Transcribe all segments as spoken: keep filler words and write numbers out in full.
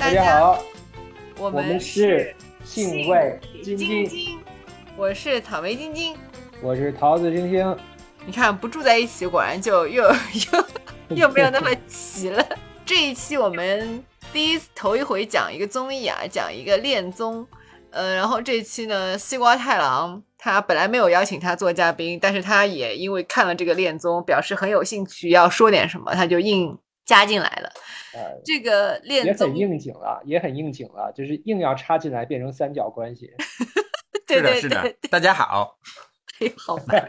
大家好， 我我们们是是杏味金晶晶， 晶，我是草莓晶晶。 我是桃子星星。 你看不住在一起，果然就又又又没有那么齐了。这一期我们第一头一回讲一个综艺啊，讲一个恋综。呃，然后这一期呢，西瓜太郎他本来没有邀请他做嘉宾，但是他也因为看了这个恋综，表示很有兴趣要说点什么，他就硬加进来了。 呃， 这个也恋综很应景了，也很应景了，就是硬要插进来变成三角关系。 对对是的， 对是的，大家好。 对，好烦。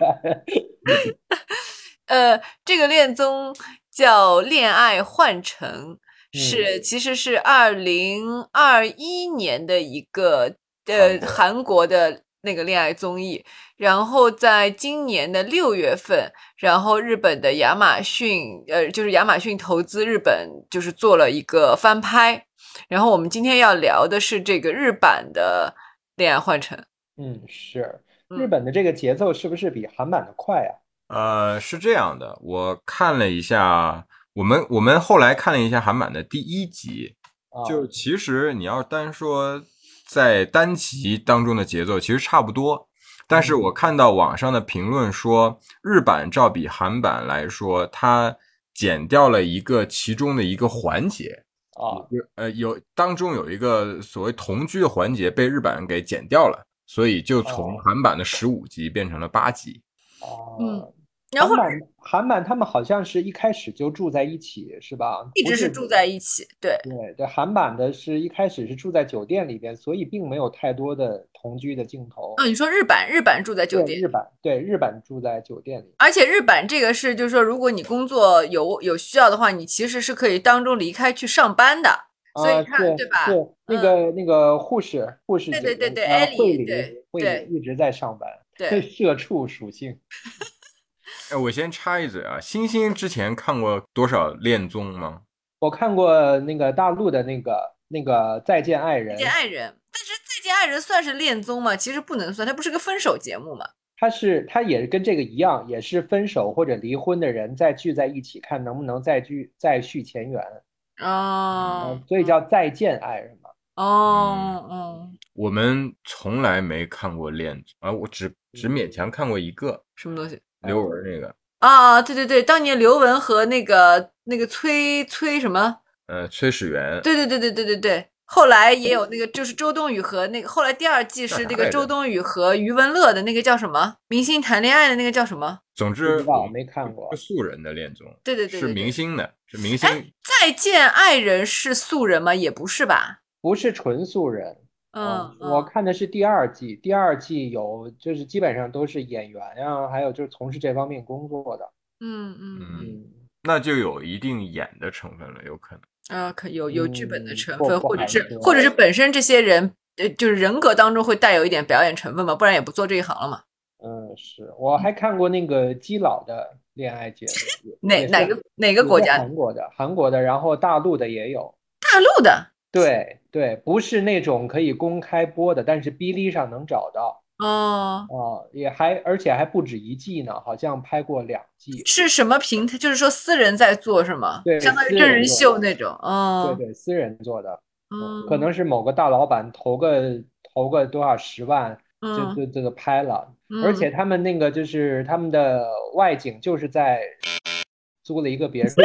呃，这个恋综叫《恋爱换乘》，是、 嗯、 其实是二零二一年的一个呃韩国的那个恋爱综艺，然后在今年的六月份，然后日本的亚马逊呃就是亚马逊投资日本就是做了一个翻拍，然后我们今天要聊的是这个日版的恋爱换乘。 嗯，是日嗯本的这个节奏是不是比韩版的快啊？ 呃，是这样的，我看了一下，我们我们后来看了一下韩版的第一集， 啊， 就其实你要单说在单集当中的节奏其实差不多，但是我看到网上的评论说，日版照比韩版来说，它减掉了一个其中的一个环节。 啊， 呃，有当中有一个所谓同居的环节被日本人给剪掉了，所以就从哦韩版的十五集变成了八集。 嗯， 哦， 然后韩版韩版他们好像是一开始就住在一起，是吧？不是， 一直是住在一起，对。 对对，韩版的是一开始是住在酒店里边，所以并没有太多的同居的镜头。 哦，你说日版，日版住在酒对， 店， 日版，对，日版住在酒店里。 而且日版这个是，就是说，如果你工作有有需要的话，你其实是可以当中离开去上班的，所以啊， 你看， 是对吧？ 是，那嗯， 个那个护士护士姐姐， 对对对对， 呃， 艾莉， 惠理对惠对理一直在上班， 对， 社畜属性。 哎，我先插一嘴啊，星星之前看过多少恋综吗？ 我看过那个大陆的那个那个《再见爱再见人》， 爱人，但是再见爱人算是恋综吗？其实不能算，它不是个分手节目嘛。 他是他也跟这个一样，也是分手或者离婚的人再聚在一起，看能不能再聚再续前缘， 哦嗯，所以叫再见爱人嘛。 哦哦， 我们从来没看过恋啊，我只只勉强看过一个什么东西？ 刘雯那个， 啊，对对对，当年刘雯和那个那个崔崔什么？ 呃，崔始源。 对对对对对对对，后来也有那个，就是周冬雨和那个，后来第二季是那个周冬雨和余文乐的那个叫什么？明星谈恋爱的那个叫什么？ 总不之我们知道没看过是素人的恋综， 对对对对对是明星的，是明星。 哎，再见爱人是素人吗？也不是吧？ 不是纯素人。 嗯我嗯看的是第二季，第二季有就是基本上都是演员呀、还有就是从事这方面工作的。 嗯嗯嗯， 嗯那就有一定演的成分了，有可能。 啊，可有有剧本的成分， 不不或者是好说或者是本身这些人，呃，就是人格当中会带有一点表演成分嘛，不然也不做这一行了嘛。 嗯，是我还看过那个基佬的恋爱节目，也是哪哪个哪个也是国家的？ 韩国的，韩国的，然后大陆的也有。 大陆的？ 对对，不是那种可以公开播的，但是哔哩上能找到。 哦， 啊、也还而且还不止一季呢，好像拍过两季。 是什么平台？就是说私人在做是吗？ 对， 相当于私真人人做的， 秀那种。 对哦， 对，私人做的。嗯，可嗯能是某个大老板投个投个多少十万，就嗯就这个拍了，而嗯， 且他们那个就是他们的外景就是在租了一个别墅，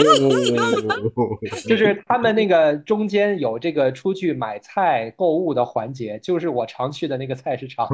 就是他们那个中间有这个出去买菜购物的环节，就是我常去的那个菜市场。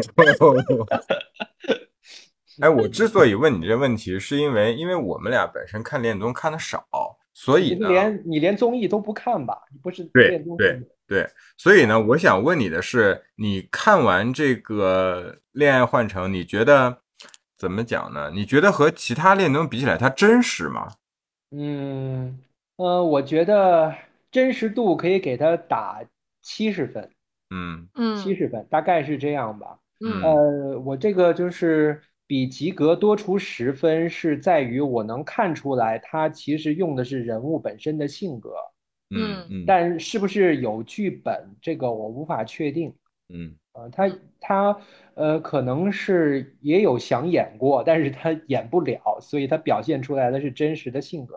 哎，我之所以问你这问题，是因为因为我们俩本身看恋综看的少，所以你不呢， 连你连综艺都不看吧？你不是对恋综对对，所以呢，我想问你的是，你看完这个《恋爱换乘》，你觉得怎么讲呢？你觉得和其他恋综比起来，它真实吗？ 嗯呃，我觉得真实度可以给他打七十分， 嗯嗯七十分大概是这样吧。 嗯嗯呃，我这个就是比及格多出十分，是在于我能看出来他其实用的是人物本身的性格， 嗯嗯嗯但是不是有剧本，这个我无法确定。 嗯呃，他他呃，可能是也有想演过，但是他演不了，所以他表现出来的是真实的性格。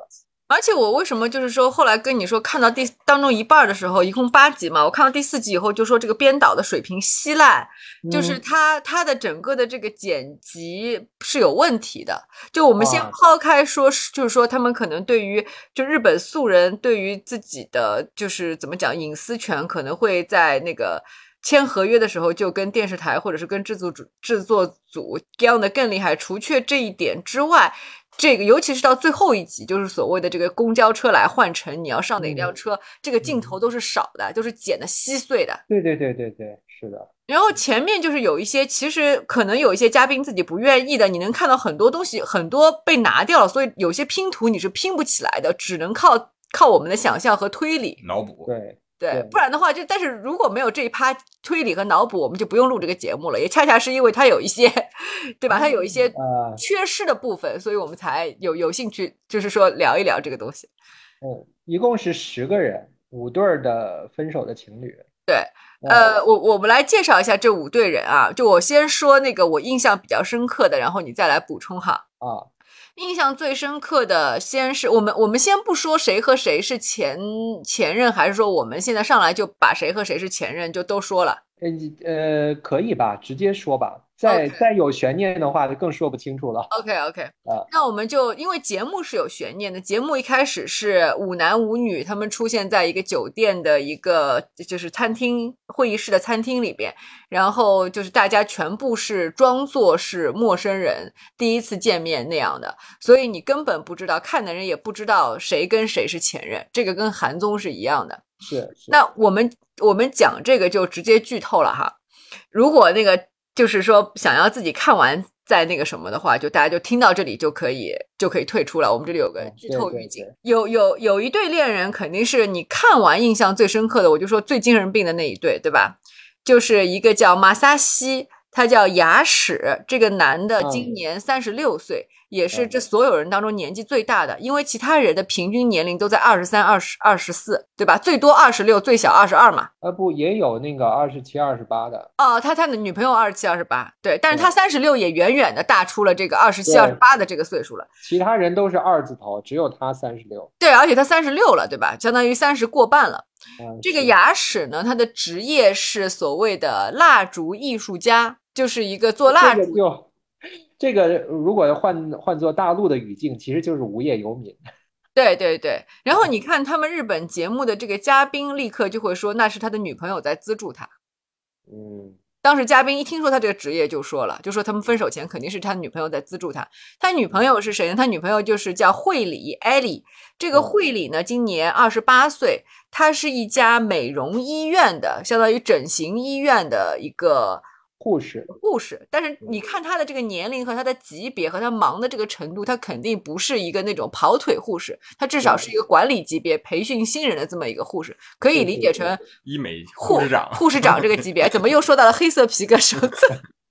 而且我为什么就是说后来跟你说看到第当中一半的时候，一共八集嘛，我看到第四集以后就说这个编导的水平稀烂， 嗯、 就是他他的整个的这个剪辑是有问题的。就我们先抛开说，就是说他们可能对于就日本素人对于自己的就是怎么讲隐私权可能会在那个签合约的时候就跟电视台或者是跟制作组制作组要的更厉害。除却这一点之外，这个尤其是到最后一集，就是所谓的这个公交车来换乘你要上哪辆车、嗯、这个镜头都是少的，就是剪的稀碎的。 对对对对对，是的。 然后前面就是有一些其实可能有一些嘉宾自己不愿意的，你能看到很多东西很多被拿掉了，所以有些拼图你是拼不起来的，只能靠靠我们的想象和推理脑补。 对对，不然的话就但是如果没有这一趴推理和脑补，我们就不用录这个节目了。也恰恰是因为它有一些对吧，它有一些缺失的部分、呃、所以我们才有有兴趣就是说聊一聊这个东西。 嗯，一共是十个人，五对的分手的情侣。 对，呃我我们来介绍一下这五对人啊，就我先说那个我印象比较深刻的，然后你再来补充哈。 啊， 印象最深刻的先是我们我们先不说谁和谁是前前任，还是说我们现在上来就把谁和谁是前任就都说了？ 呃呃，可以吧，直接说吧。再、okay. 再有悬念的话就更说不清楚了。 OK OK、 啊、 那我们就因为节目是有悬念的，节目一开始是五男五女他们出现在一个酒店的一个就是餐厅会议室的餐厅里边，然后就是大家全部是装作是陌生人第一次见面那样的，所以你根本不知道，看的人也不知道谁跟谁是前任，这个跟韩综是一样的。 是, 是那我们我们讲这个就直接剧透了哈，如果那个就是说想要自己看完再那个什么的话，就大家就听到这里就可以就可以退出了。我们这里有个剧透预警。 对对对， 有有有一对恋人肯定是你看完印象最深刻的，我就说最精神病的那一对，对吧？就是一个叫马萨西，他叫雅史，这个男的今年三十六岁、嗯、也是这所有人当中年纪最大的，因为其他人的平均年龄都在二十三、二十、二十四，对吧？最多二十六，最小二十二嘛。 呃不，也有那个二十七、二十八的。 哦，他他的女朋友二十七、二十八，对，但是他三十六也远远的大出了这个二十七、二十八的这个岁数了。 其他人都是二字头，只有他三十六。 对，而且他三十六了，对吧？相当于三十过半了。 嗯、 这个雅史呢，他的职业是所谓的蜡烛艺术家，就是一个做蜡烛。 这个就这个如果换换作大陆的语境，其实就是无业游民。 对对对，然后你看他们日本节目的这个嘉宾立刻就会说那是他的女朋友在资助他。 嗯， 当时嘉宾一听说他这个职业就说了，就说他们分手前肯定是他女朋友在资助他。他女朋友是谁呢？他女朋友就是叫惠里艾莉。这个惠里呢今年二十八岁，她是一家美容医院的相当于整形医院的一个护士护士，但是你看他的这个年龄和他的级别和他忙的这个程度，他肯定不是一个那种跑腿护士，他至少是一个管理级别培训新人的这么一个护士，可以理解成医美护士长护士长这个级别。怎么又说到了黑色皮革手册？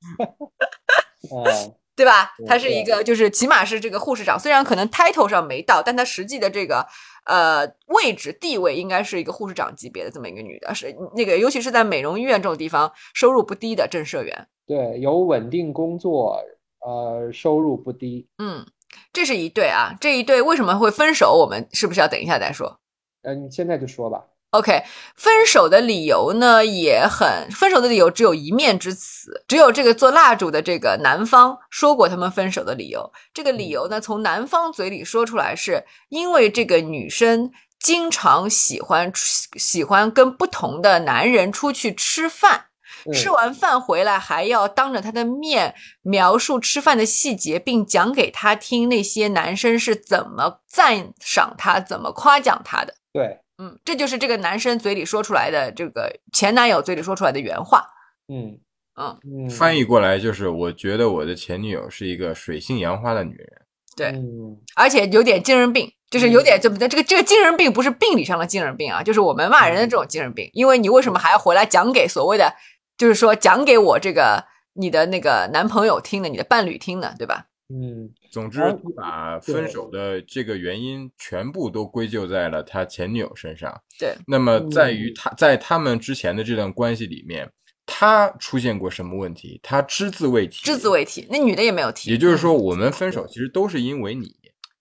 嗯对吧？他是一个就是起码是这个护士长，虽然可能 title 上没到，但他实际的这个呃位置地位应该是一个护士长级别的这么一个女的，是那个尤其是在美容医院这种地方收入不低的正社员。 对，有稳定工作，呃收入不低。 嗯，这是一对啊，这一对为什么会分手，我们是不是要等一下再说？ 嗯、呃，你现在就说吧。 OK， 分手的理由呢也很，分手的理由只有一面之词，只有这个做蜡烛的这个男方说过他们分手的理由。这个理由呢从男方嘴里说出来，是因为这个女生经常喜欢喜欢跟不同的男人出去吃饭，吃完饭回来还要当着他的面描述吃饭的细节，并讲给他听那些男生是怎么赞赏他，怎么夸奖他的。 对， 嗯，这就是这个男生嘴里说出来的，这个前男友嘴里说出来的原话。 嗯嗯， 翻译过来就是我觉得我的前女友是一个水性杨花的女人。 对， 嗯， 而且有点精神病，就是有点这么的，这个这个精神病不是病理上的精神病啊，就是我们骂人的这种精神病。因为你为什么还要回来讲给所谓的，就是说讲给我这个你的那个男朋友听的，你的伴侣听的，对吧？ 嗯， 总之把分手的这个原因全部都归咎在了他前女友身上。 对， 那么在于他在他们之前的这段关系里面，他出现过什么问题，他只字未提。 只字未提，那女的也没有提。 也就是说我们分手其实都是因为你。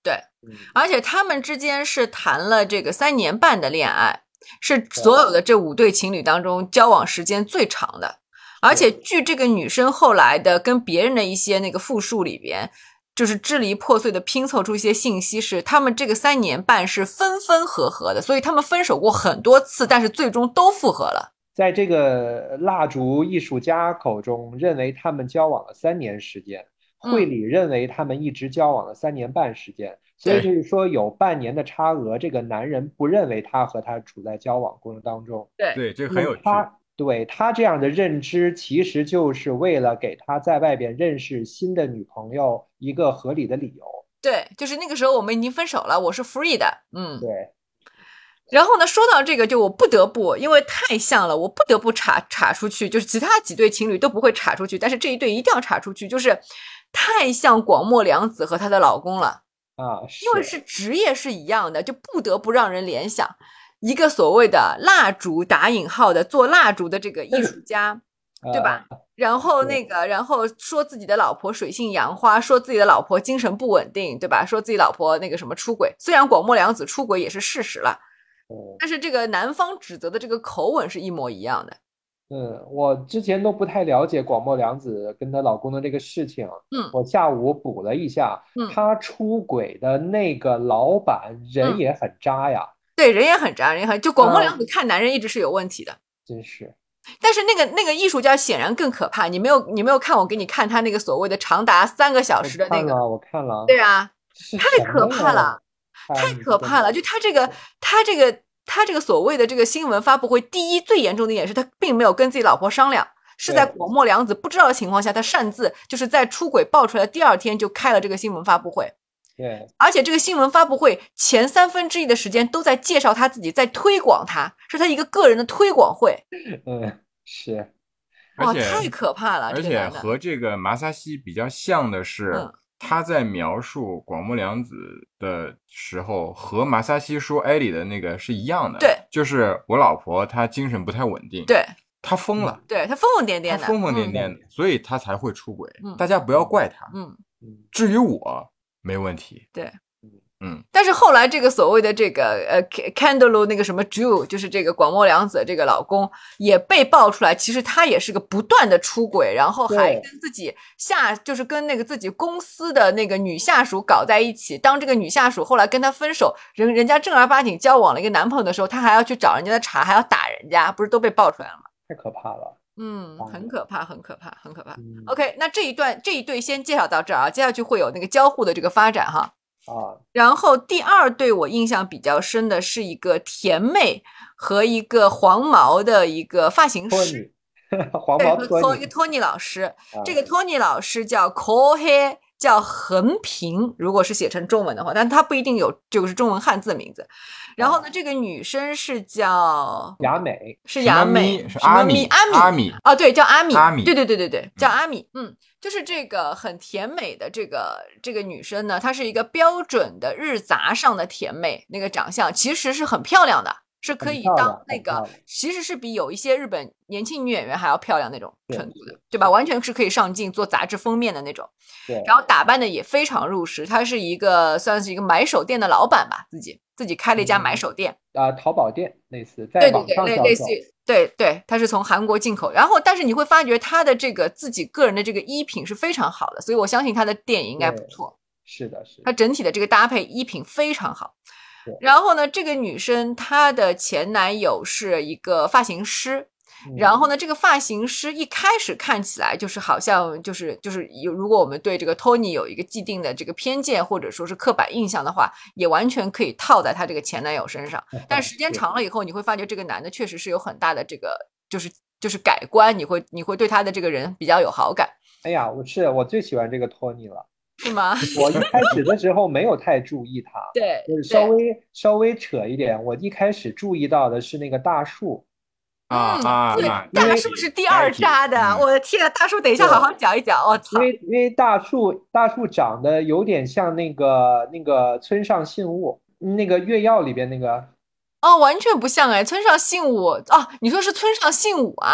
对， 嗯， 而且他们之间是谈了这个三年半的恋爱，是所有的这五对情侣当中交往时间最长的。而且据这个女生后来的跟别人的一些那个复述里边，就是支离破碎的拼凑出一些信息，是他们这个三年半是分分合合的，所以他们分手过很多次，但是最终都复合了。 在这个蜡烛艺术家口中，认为他们交往了三年时间，会里认为他们一直交往了三年半时间，所以就是说有半年的差额，这个男人不认为他和他处在交往过程当中。 对对，这个很有趣。 他对他这样的认知，其实就是为了给他在外边认识新的女朋友一个合理的理由。 对，就是那个时候我们已经分手了，我是 free 的，嗯， 对。 然后呢，说到这个，就我不得不，因为太像了，我不得不查查出去，就是其他几对情侣都不会查出去，但是这一对一定要查出去，就是太像广末凉子和她的老公了啊， 因为是职业是一样的，就不得不让人联想一个所谓的蜡烛打引号的做蜡烛的这个艺术家，对吧？然后那个，然后说自己的老婆水性杨花，说自己的老婆精神不稳定，对吧？说自己老婆那个什么出轨，虽然广末凉子出轨也是事实了。但是这个男方指责的这个口吻是一模一样的。 嗯，我之前都不太了解广末凉子跟她老公的这个事情。 嗯， 我下午补了一下， 嗯， 她出轨的那个老板人也很渣呀。 嗯、对，人也很渣，人也很就广末凉子看男人一直是有问题的， 嗯、真是。 但是那个那个艺术家显然更可怕，你没有你没有看我给你看他那个所谓的长达三个小时的那个， 我看了，我看了， 对啊，太可怕了，太可怕了！就他这个他这个。他这个所谓的这个新闻发布会，第一最严重的一点是他并没有跟自己老婆商量，是在广末凉子不知道的情况下，他擅自就是在出轨爆出来的第二天就开了这个新闻发布会。 对， 而且这个新闻发布会前三分之一的时间都在介绍他自己，在推广他，是他一个个人的推广会。 嗯，是， 哇，太可怕了！ 而且和这个麻萨西比较像的是。嗯，他在描述广末凉子的时候，和麻萨西说艾里的那个是一样的。 对， 就是我老婆她精神不太稳定， 对， 她疯了， 对她疯疯癫癫的， 疯疯癫癫的， 嗯、 所以她才会出轨。 嗯、 大家不要怪她。 嗯， 至于我没问题。 对。 嗯， 但是后来这个所谓的这个呃 Candle 那个什么 Jew， 就是这个广末凉子这个老公也被爆出来，其实他也是个不断的出轨，然后还跟自己下就是跟那个自己公司的那个女下属搞在一起。当这个女下属后来跟他分手，人人家正儿八经交往了一个男朋友的时候，他还要去找人家的茬，还要打人家，不是都被爆出来了吗？ 太可怕了。 嗯，很可怕，很可怕，很可怕。 嗯、 OK， 那这一段这一对先介绍到这儿啊，接下去会有那个交互的这个发展哈。 啊， 然后第二对我印象比较深的是一个甜妹和一个黄毛的一个发型师， 黄毛托一个托尼老师，啊、这个托尼老师叫 Kohei， 叫横平，如果是写成中文的话，但他不一定有这个是中文汉字的名字。然后呢，这个女生是叫雅美， 是雅美， 是阿米， 阿米， 阿米， 哦，对，叫阿米， 阿米， 对对对对对，叫阿米，嗯。就是这个很甜美的这个这个女生呢，她是一个标准的日杂上的甜美，那个长相其实是很漂亮的，是可以当那个，其实是比有一些日本年轻女演员还要漂亮那种程度的， 对, 对吧？完全是可以上镜做杂志封面的那种。 对， 然后打扮的也非常入时，她是一个算是一个买手店的老板吧，自己自己开了一家买手店， 啊、嗯呃，淘宝店类似，在网上销售。 类似于。对对，他是从韩国进口，然后但是你会发觉他的这个自己个人的这个衣品是非常好的，所以我相信他的店应该不错。 是的，是的。 他整体的这个搭配衣品非常好。然后呢，这个女生她的前男友是一个发型师。然后呢，这个发型师一开始看起来就是好像就是就是有，如果我们对这个 Tony 有一个既定的这个偏见或者说是刻板印象的话，也完全可以套在他这个前男友身上。但时间长了以后，你会发觉这个男的确实是有很大的这个就是就是改观，你会你会对他的这个人比较有好感。 哎呀，我是我最喜欢这个 Tony 了。 是吗？ 我一开始的时候没有太注意他， 对， 就是稍微稍微扯一点。我一开始注意到的是那个大树。 啊啊！ 对，大树是第二扎的，我的天啊！大树，等一下好好讲一讲。我操！ 因为因为大树大树长得有点像那个那个村上信吾，那个月曜里边那个。 哦，完全不像哎，村上信吾啊！你说是村上信吾啊？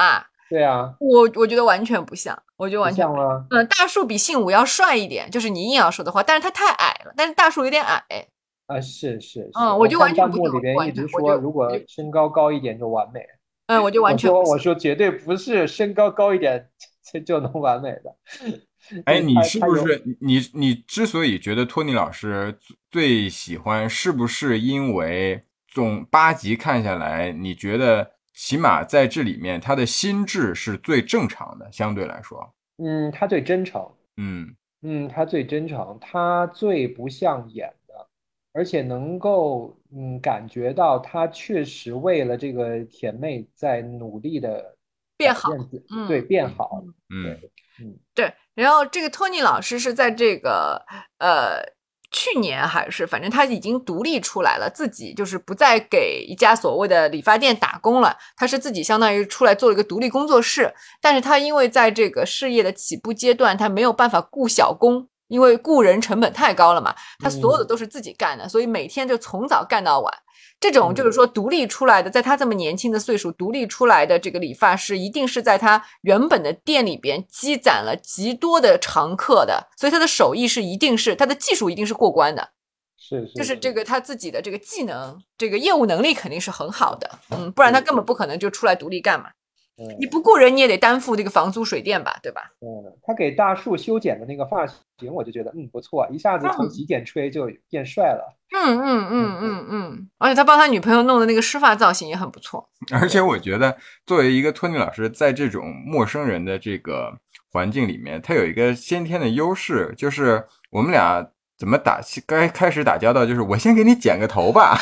对啊， 我我觉得完全不像，我觉得完全不像吗？ 嗯，大树比信武要帅一点，就是你硬要说的话，但是他太矮了，但是大树有点矮。 啊，是是是， 嗯，我就完我看全不像， 弹幕里边一我完全， 直说， 我就如果我就身高高一点就完美。 嗯，我就完我全不像。 说我说绝对不是身高高一点就就能完美的，就哎， 是你他他有是不是你你之所以觉得托尼老师最喜欢，是不是因为总八集看下来，你觉得起码在这里面他的心智是最正常的，相对来说， 嗯，他最真诚。 嗯。 嗯，他最真诚，他最不像演的，而且能够嗯感觉到他确实为了这个甜妹在努力的变好。 改变自己，对， 嗯变好， 嗯嗯， 对， 嗯嗯对。然后这个托尼老师是在这个呃去年还是反正他已经独立出来了，自己就是不再给一家所谓的理发店打工了，他是自己相当于出来做了一个独立工作室。但是他因为在这个事业的起步阶段，他没有办法雇小工。因为雇人成本太高了嘛，他所有的嗯都是自己干的，所以每天就从早干到晚。这种就是嗯， 说独立出来的，在他这么年轻的岁数独立出来的这个理发师，一定是在他原本的店里边积攒了极多的常客的，所以他的手艺是一定是他的技术一定是过关的， 是是就是这是个他自己的这个技能，这个业务能力肯定是很好的，嗯，不然他根本不可能就出来独立干嘛。你嗯不雇人，你也得担负这个房租水电吧，对吧？ 嗯，他给大树修剪的那个发型，我就觉得嗯不错，一下子从嗯极简吹就变帅了， 嗯嗯嗯嗯嗯嗯，而且他帮他女朋友弄的那个湿发造型也很不错。 而且我觉得，作为一个托尼老师，在这种陌生人的这个环境里面，他有一个先天的优势，就是我们俩怎么打，该开始打交道，就是我先给你剪个头吧。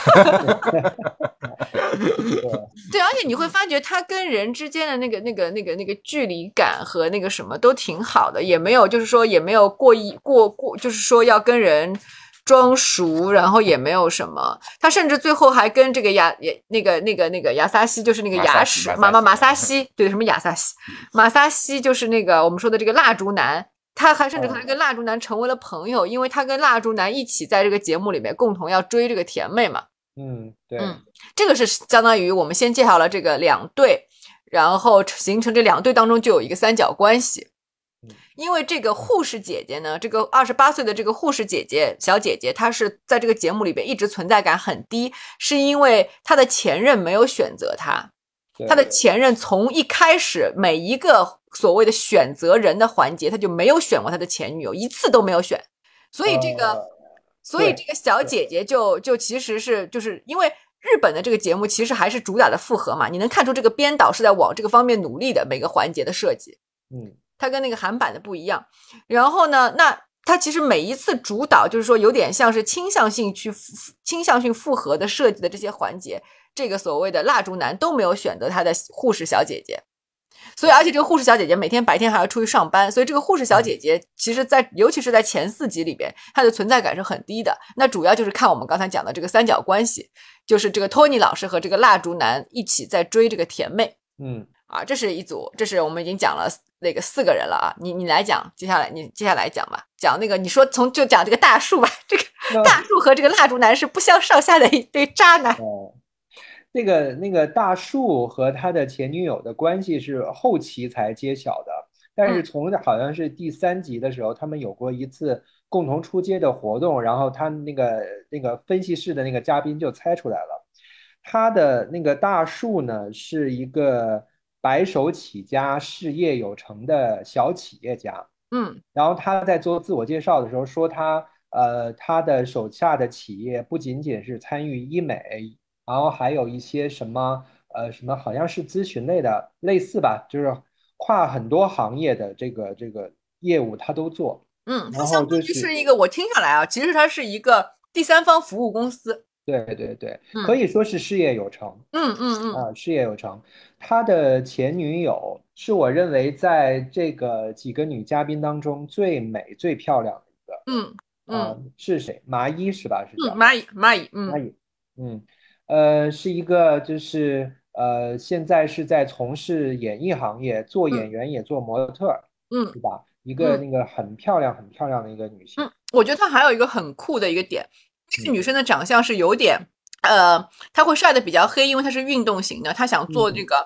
对， 对，而且你会发觉他跟人之间的那个、那个、那个、那个距离感和那个什么都挺好的，也没有就是说也没有过意过过，就是说要跟人装熟，然后也没有什么。他甚至最后还跟这个亚也那个那个那个亚萨西，就是那个牙齿马马马萨西，对，什么亚萨西，马萨西就是那个我们说的这个蜡烛男。他还甚至还跟蜡烛男成为了朋友，因为他跟蜡烛男一起在这个节目里面共同要追这个甜妹嘛。 嗯对， 嗯，这个是相当于我们先介绍了这个两对，然后形成这两对当中就有一个三角关系。因为这个护士姐姐呢，这个二十八岁的这个护士姐姐小姐姐，她是在这个节目里边一直存在感很低，是因为她的前任没有选择她。她的前任从一开始每一个所谓的选择人的环节，他就没有选过他的前女友，一次都没有选。所以这个， 呃所以这个小姐姐就就其实是就是因为日本的这个节目其实还是主打的复合嘛，你能看出这个编导是在往这个方面努力的，每个环节的设计， 嗯， 它跟那个韩版的不一样。然后呢，那它其实每一次主导就是说有点像是倾向性去倾向性复合的设计的这些环节。这个所谓的蜡烛男都没有选择他的护士小姐姐，所以而且这个护士小姐姐每天白天还要出去上班，所以这个护士小姐姐其实在尤其是在前四集里边，她的存在感是很低的。那主要就是看我们刚才讲的这个三角关系，就是这个托尼老师和这个蜡烛男一起在追这个甜妹。 嗯啊，这是一组，这是我们已经讲了那个四个人了啊，你你来讲，接下来你接下来讲吧，讲那个你说从就讲这个大树吧，这个大树和这个蜡烛男是不相上下的一对渣男。 哦。那个那个大树和他的前女友的关系是后期才揭晓的，但是从好像是第三集的时候，他们有过一次共同出街的活动，然后他那个那个分析室的那个嘉宾就猜出来了，他的那个大树呢是一个白手起家、事业有成的小企业家， 嗯然后他在做自我介绍的时候说他呃他的手下的企业不仅仅是参与医美。然后还有一些什么呃什么好像是咨询类的类似吧，就是跨很多行业的这个这个业务他都做。 嗯，它然相当于后就是是一个，我听下来啊，其实它是一个第三方服务公司。 对对对，可嗯以说是事业有成嗯嗯嗯啊，事业有成。他的前女友是我认为在这个几个女嘉宾当中最美最漂亮的一个嗯啊， 嗯是谁？麻衣是吧？是嗯， 叫蚂蚁蚂蚁，嗯蚂蚁。嗯。呃，是一个就是呃，现在是在从事演艺行业，做嗯演员也做模特儿， 嗯是吧？一个嗯那个很漂亮、很漂亮的一个女性。 嗯，我觉得它还有一个很酷的一个点，这个嗯女生的长相是有点，呃，她会晒得比较黑，因为她是运动型的，她想做这嗯个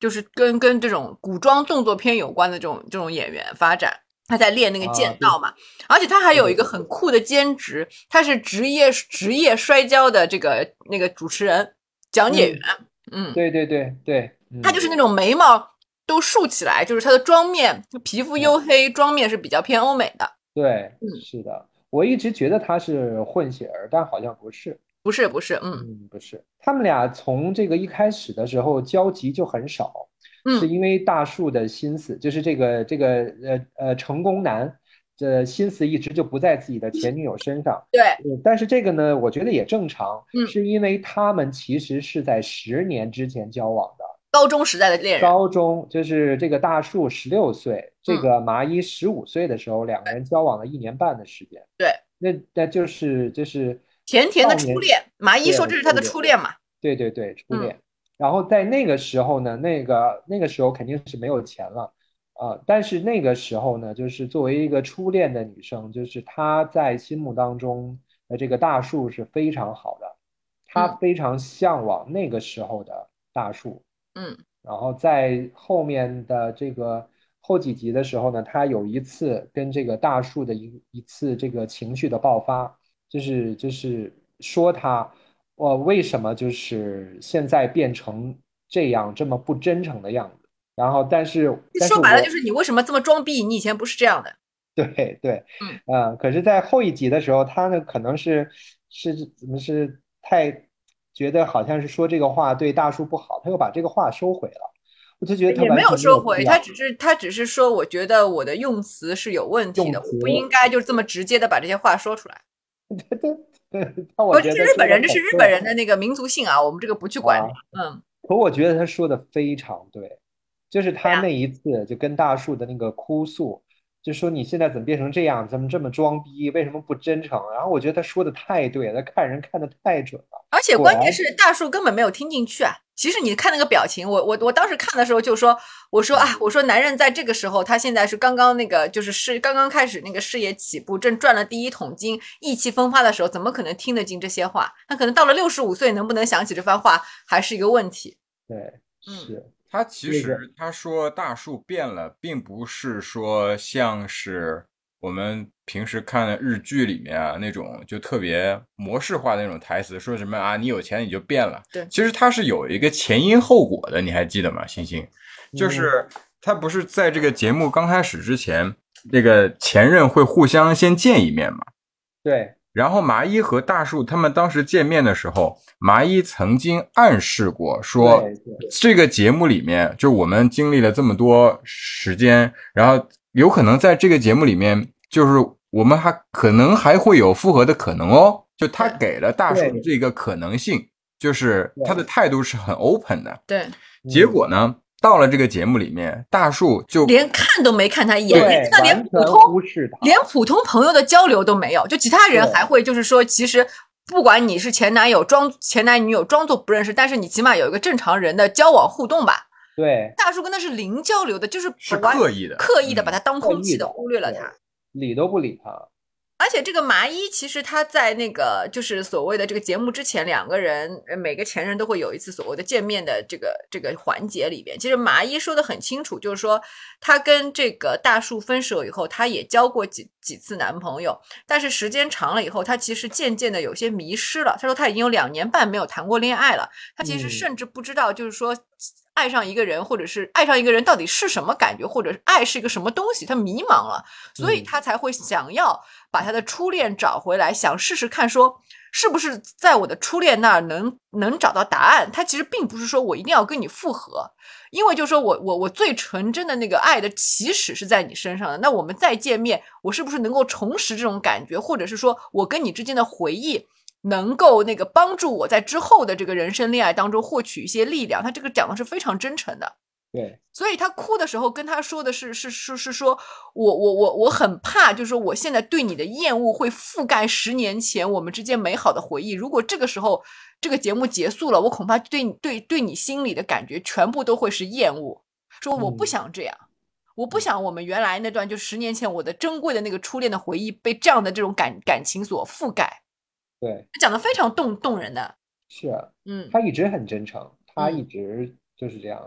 就是跟跟这种古装动作片有关的这种这种演员发展。他在练那个剑道嘛，啊、而且他还有一个很酷的兼职，他是职业职业摔跤的这个那个主持人讲解员。嗯， 嗯对对对对，嗯、 他就是那种眉毛都竖起来，就是他的妆面皮肤黝黑，妆面是比较偏欧美的。 对， 嗯， 是的，我一直觉得他是混血儿，但好像不是。 不是不是，嗯嗯，不是，他们俩从这个一开始的时候交集就很少，是嗯， 因为大树的心思，就是这个这个呃呃成功男的心思一直就不在自己的前女友身上。 对， 呃但是这个呢，我觉得也正常， 嗯， 是因为他们其实是在十年之前交往的。 高中时代的恋人。 高中就是这个大树十六岁，这嗯， 个麻衣十五岁的时候，两个人交往了一年半的时间。 对， 那那就是就是甜甜的少年， 初恋，麻衣说对， 这是他的初恋。 初恋嘛。 对对对，初嗯， 恋。然后在那个时候呢，那个那个时候肯定是没有钱了，啊、但是那个时候呢，就是作为一个初恋的女生，就是她在心目当中的这个大树是非常好的，她嗯非常向往那个时候的大树。 嗯然后在后面的这个后几集的时候呢，她有一次跟这个大树的一一次这个情绪的爆发，就是就是说他。我为什么就是现在变成这样这么不真诚的样子？然后，但是，但是我说白了就是你为什么这么装逼？你以前不是这样的。 对对， 嗯， 呃，可是，在后一集的时候，他呢可能是是怎么是太觉得好像是说这个话对大树不好，他又把这个话收回了。我就觉得他也没完全没有收回， 有必要他只是他只是说，我觉得我的用词是有问题的，我用词， 不应该就这么直接的把这些话说出来。 对对对，但我我这觉得说的是日本人，这是很对日本人的那个民族性啊，我们这个不去管。 啊。 嗯， 可我觉得他说的非常对，就是对呀， 他那一次就跟大树的那个哭诉，就说你现在怎么变成这样，怎么这么装逼，为什么不真诚？然后我觉得他说的太对了，看人看的太准了， 而且果然， 关键是大树根本没有听进去啊。其实你看那个表情，我我我当时看的时候就说，我说啊，我说男人在这个时候，他现在是刚刚那个就是事刚刚开始那个事业起步，正赚了第一桶金，意气风发的时候，怎么可能听得进这些话？他可能到了六十五岁，能不能想起这番话，还是一个问题。 对， 嗯， 是他其那个， 实他说大树变了，并不是说像是我们平时看的日剧里面啊那种就特别模式化的那种台词，说什么啊你有钱你就变了。 对， 其实它是有一个前因后果的，你还记得吗？星星，就嗯， 是他不是在这个节目刚开始之前，这个前任会互相先见一面嘛？ 对然后麻衣和大树他们当时见面的时候，麻衣曾经暗示过说， 对对， 这个节目里面，就我们经历了这么多时间，然后有可能在这个节目里面，就是我们还可能还会有复合的可能哦。就他给了大树的这个可能性，就是他的态度是很 open 的。 对， 结果呢，到了这个节目里面，大树就连看都没看他一眼， 对， 连他连完全普通忽视他， 连普通朋友的交流都没有，就其他人对还会就是说，其实不管你是前男友装前男女友装作不认识，但是你起码有一个正常人的交往互动吧。 对， 大叔跟他是零交流的，就是是完刻意的， 刻意的把他当刻意的， 空气的忽略了对他。 理都不理他， 而且这个麻衣其实他在那个就是所谓的这个节目之前，两个人呃每个前任都会有一次所谓的见面的这个这个环节里边，其实麻衣说的很清楚，就是说他跟这个大树分手以后，他也交过几几次男朋友，但是时间长了以后，他其实渐渐的有些迷失了。他说他已经有两年半没有谈过恋爱了，他其实嗯甚至不知道，就是说。爱上一个人，或者是爱上一个人到底是什么感觉，或者是爱是一个什么东西，他迷茫了，所以他才会想要把他的初恋找回来，想试试看说是不是在我的初恋那儿能能找到答案。他其实并不是说我一定要跟你复合，因为就说我我我最纯真的那个爱的起始是在你身上的，那我们再见面，我是不是能够重拾这种感觉，或者是说我跟你之间的回忆能够那个帮助我在之后的这个人生恋爱当中获取一些力量。他这个讲的是非常真诚的。 对， 所以他哭的时候跟他说的是是是是说我我我我很怕，就是说我现在对你的厌恶会覆盖十年前我们之间美好的回忆。如果这个时候这个节目结束了，我恐怕对你对对你心里的感觉全部都会是厌恶。说我不想这样，嗯、我不想我们原来那段就十年前我的珍贵的那个初恋的回忆被这样的这种感感情所覆盖。 对， 讲的非常动动人的。 是啊， 嗯， 他一直很真诚，他一嗯直就是这样的。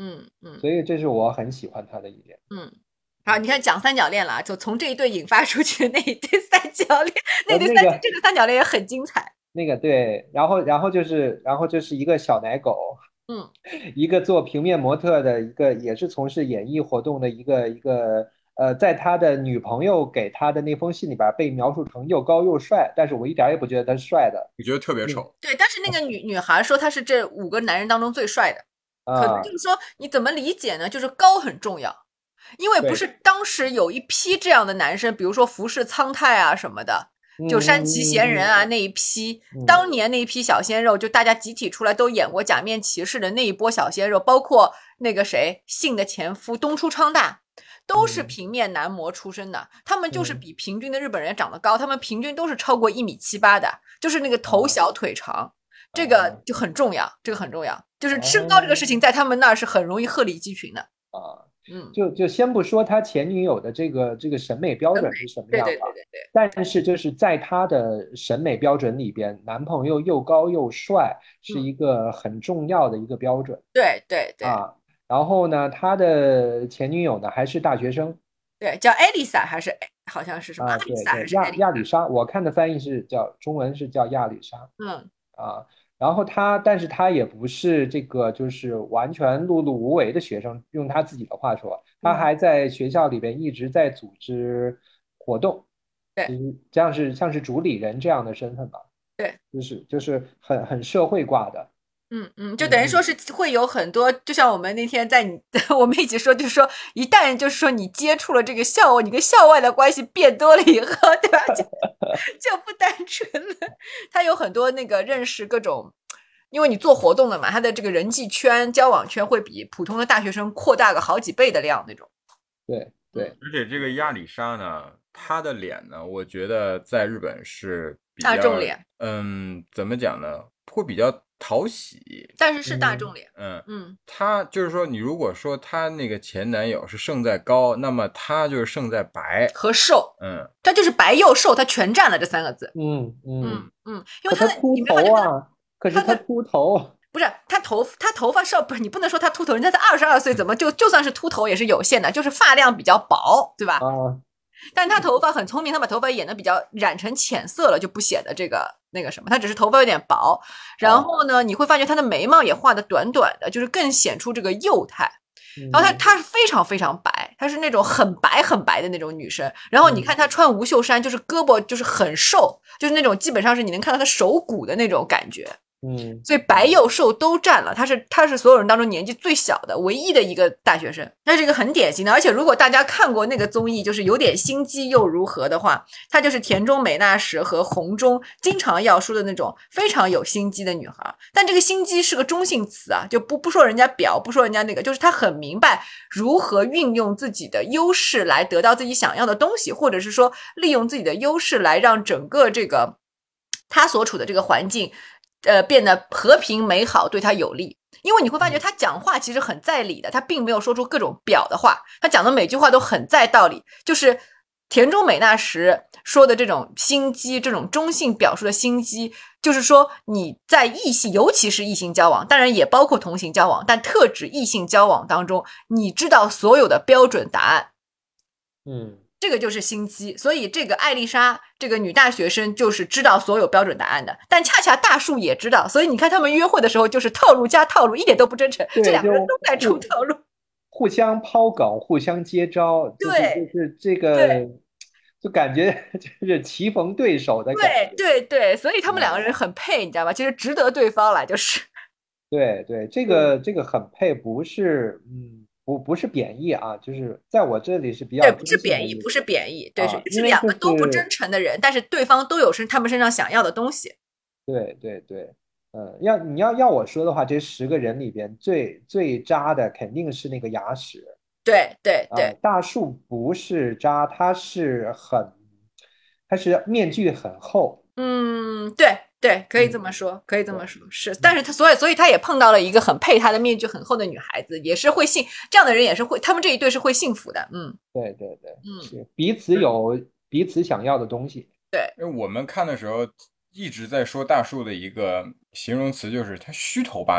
嗯嗯， 所以这是我很喜欢他的一点。 嗯。好，你看讲三角恋了，就从这一对引发出去的那一对三角恋，那对三、 呃那个、 这个三角恋也很精彩。 那个对，然后然后就是然后就是一个小奶狗， 嗯， 一个做平面模特的，一个也是从事演艺活动的一个一个呃，在他的女朋友给他的那封信里边被描述成又高又帅，但是我一点也不觉得他是帅的。 你觉得特别丑？ 对，但是那个女女孩说他是这五个男人当中最帅的，可能就啊， 是说你怎么理解呢？就是高很重要。因为不是当时有一批这样的男生，比如说服饰苍太啊什么的，就山崎贤人啊那一批，当年那一批小鲜肉，就大家集体出来都演过假面骑士的那一波小鲜肉，包括那个谁信的前夫东出昌大，都是平面男模出身的，他们就是比平均的日本人长得高，他们平均都是超过一米七八的，就是那个头小腿长。这个就很重要，这个很重要，就是身高这个事情在他们那儿是很容易鹤立鸡群的。 啊， 嗯， 就就先不说他前女友的这个这个审美标准是什么样对对吧， 对对对。 但是就是在他的审美标准里边，男朋友又高又帅是一个很重要的一个标准。 对对对啊。然后呢，他的前女友呢还是大学生对，叫艾丽莎还是好像是什么啊， 阿丽对对，亚莎还是艾丽？ 亚里莎，我看的翻译是叫中文是叫亚里莎嗯啊。然后他，但是他也不是这个就是完全碌碌无为的学生，用他自己的话说，他还在学校里边一直在组织活动， 对就是像是像是主理人这样的身份吧， 对， 就是就是很很社会挂的。 嗯嗯，就嗯嗯等于说是会有很多，就像我们那天在你我们一起说，就是说一旦就是说你接触了这个校外，你跟校外的关系变多了以后，对吧？就就不单纯了，他有很多那个认识各种。因为你做活动的嘛，他的这个人际圈、交往圈会比普通的大学生扩大个好几倍的量那种。 对对， 而且这个亚里莎呢，她的脸呢，我觉得在日本是比较大众脸， 嗯，怎么讲呢？会比较讨喜， 但是是大众脸。 嗯嗯， 她就是说，你如果说她那个前男友是胜在高，那么她就是胜在白和瘦， 嗯， 他就是白又瘦，他全占了这三个字。 嗯嗯， 嗯嗯，因为他的可他秃你没发觉他头啊，可是他秃头。 不是他头他头发少不是你不能说他秃头，人家才二十二岁，怎么就就算是秃头也是有限的，就是发量比较薄，对吧？ 啊， 但他头发很聪明，他把头发演的比较染成浅色了，就不显得这个那个什么，他只是头发有点薄。然后呢，你会发觉他的眉毛也画的短短的，就是更显出这个幼态。然后她她是非常非常白，她是那种很白很白的那种女生。然后你看她穿无袖衫，就是胳膊就是很瘦，就是那种基本上是你能看到她手骨的那种感觉。 嗯， 所以白幼瘦都占了，她是她是所有人当中年纪最小的唯一的一个大学生，她是一个很典型的。而且如果大家看过那个综艺，就是有点心机又如何的话，她就是田中美奈实和红中经常要说的那种非常有心机的女孩。但这个心机是个中性词啊，就不不说人家表，不说人家那个，就是她很明白如何运用自己的优势来得到自己想要的东西，或者是说利用自己的优势来让整个这个她所处的这个环境呃，变得和平美好，对他有利。因为你会发觉他讲话其实很在理的，他并没有说出各种表的话，他讲的每句话都很在道理。就是田中美奈实说的这种心机，这种中性表述的心机，就是说你在异性，尤其是异性交往，当然也包括同性交往，但特指异性交往当中，你知道所有的标准答案。 嗯。 这个就是心机，所以这个艾丽莎这个女大学生就是知道所有标准答案的，但恰恰大树也知道，所以你看他们约会的时候就是套路加套路，一点都不真诚，这两个人都在出套路， 互相抛梗，互相接招，就是就是这个，就感觉就是棋逢对手的感觉。 对对对，所以他们两个人很配，你知道吧？其实值得对方来就是。 对对，这个这个很配，不是嗯。不不是贬义啊，就是在我这里是比较对，不是贬义，不是贬义，对，是、 啊、 是两个都不真诚的人，但是对方都有是他们身上想要的东西。 对对对，嗯，要你要要我说的话，这十个人里边最最渣的肯定是那个牙齿。 对对对、 啊，大树不是渣，他是很，他是面具很厚。 嗯，对。对，可以这么说，可以这么说，是，但是他所以所以他也碰到了一个很配他的面具很厚的女孩子，也是会幸这样的人也是会，他们这一对是会幸福的，嗯， 对对对， 嗯， 是彼此有彼此想要的东西。 对， 因为我们看的时候一直在说大树的一个形容词，就是他虚头巴脑的。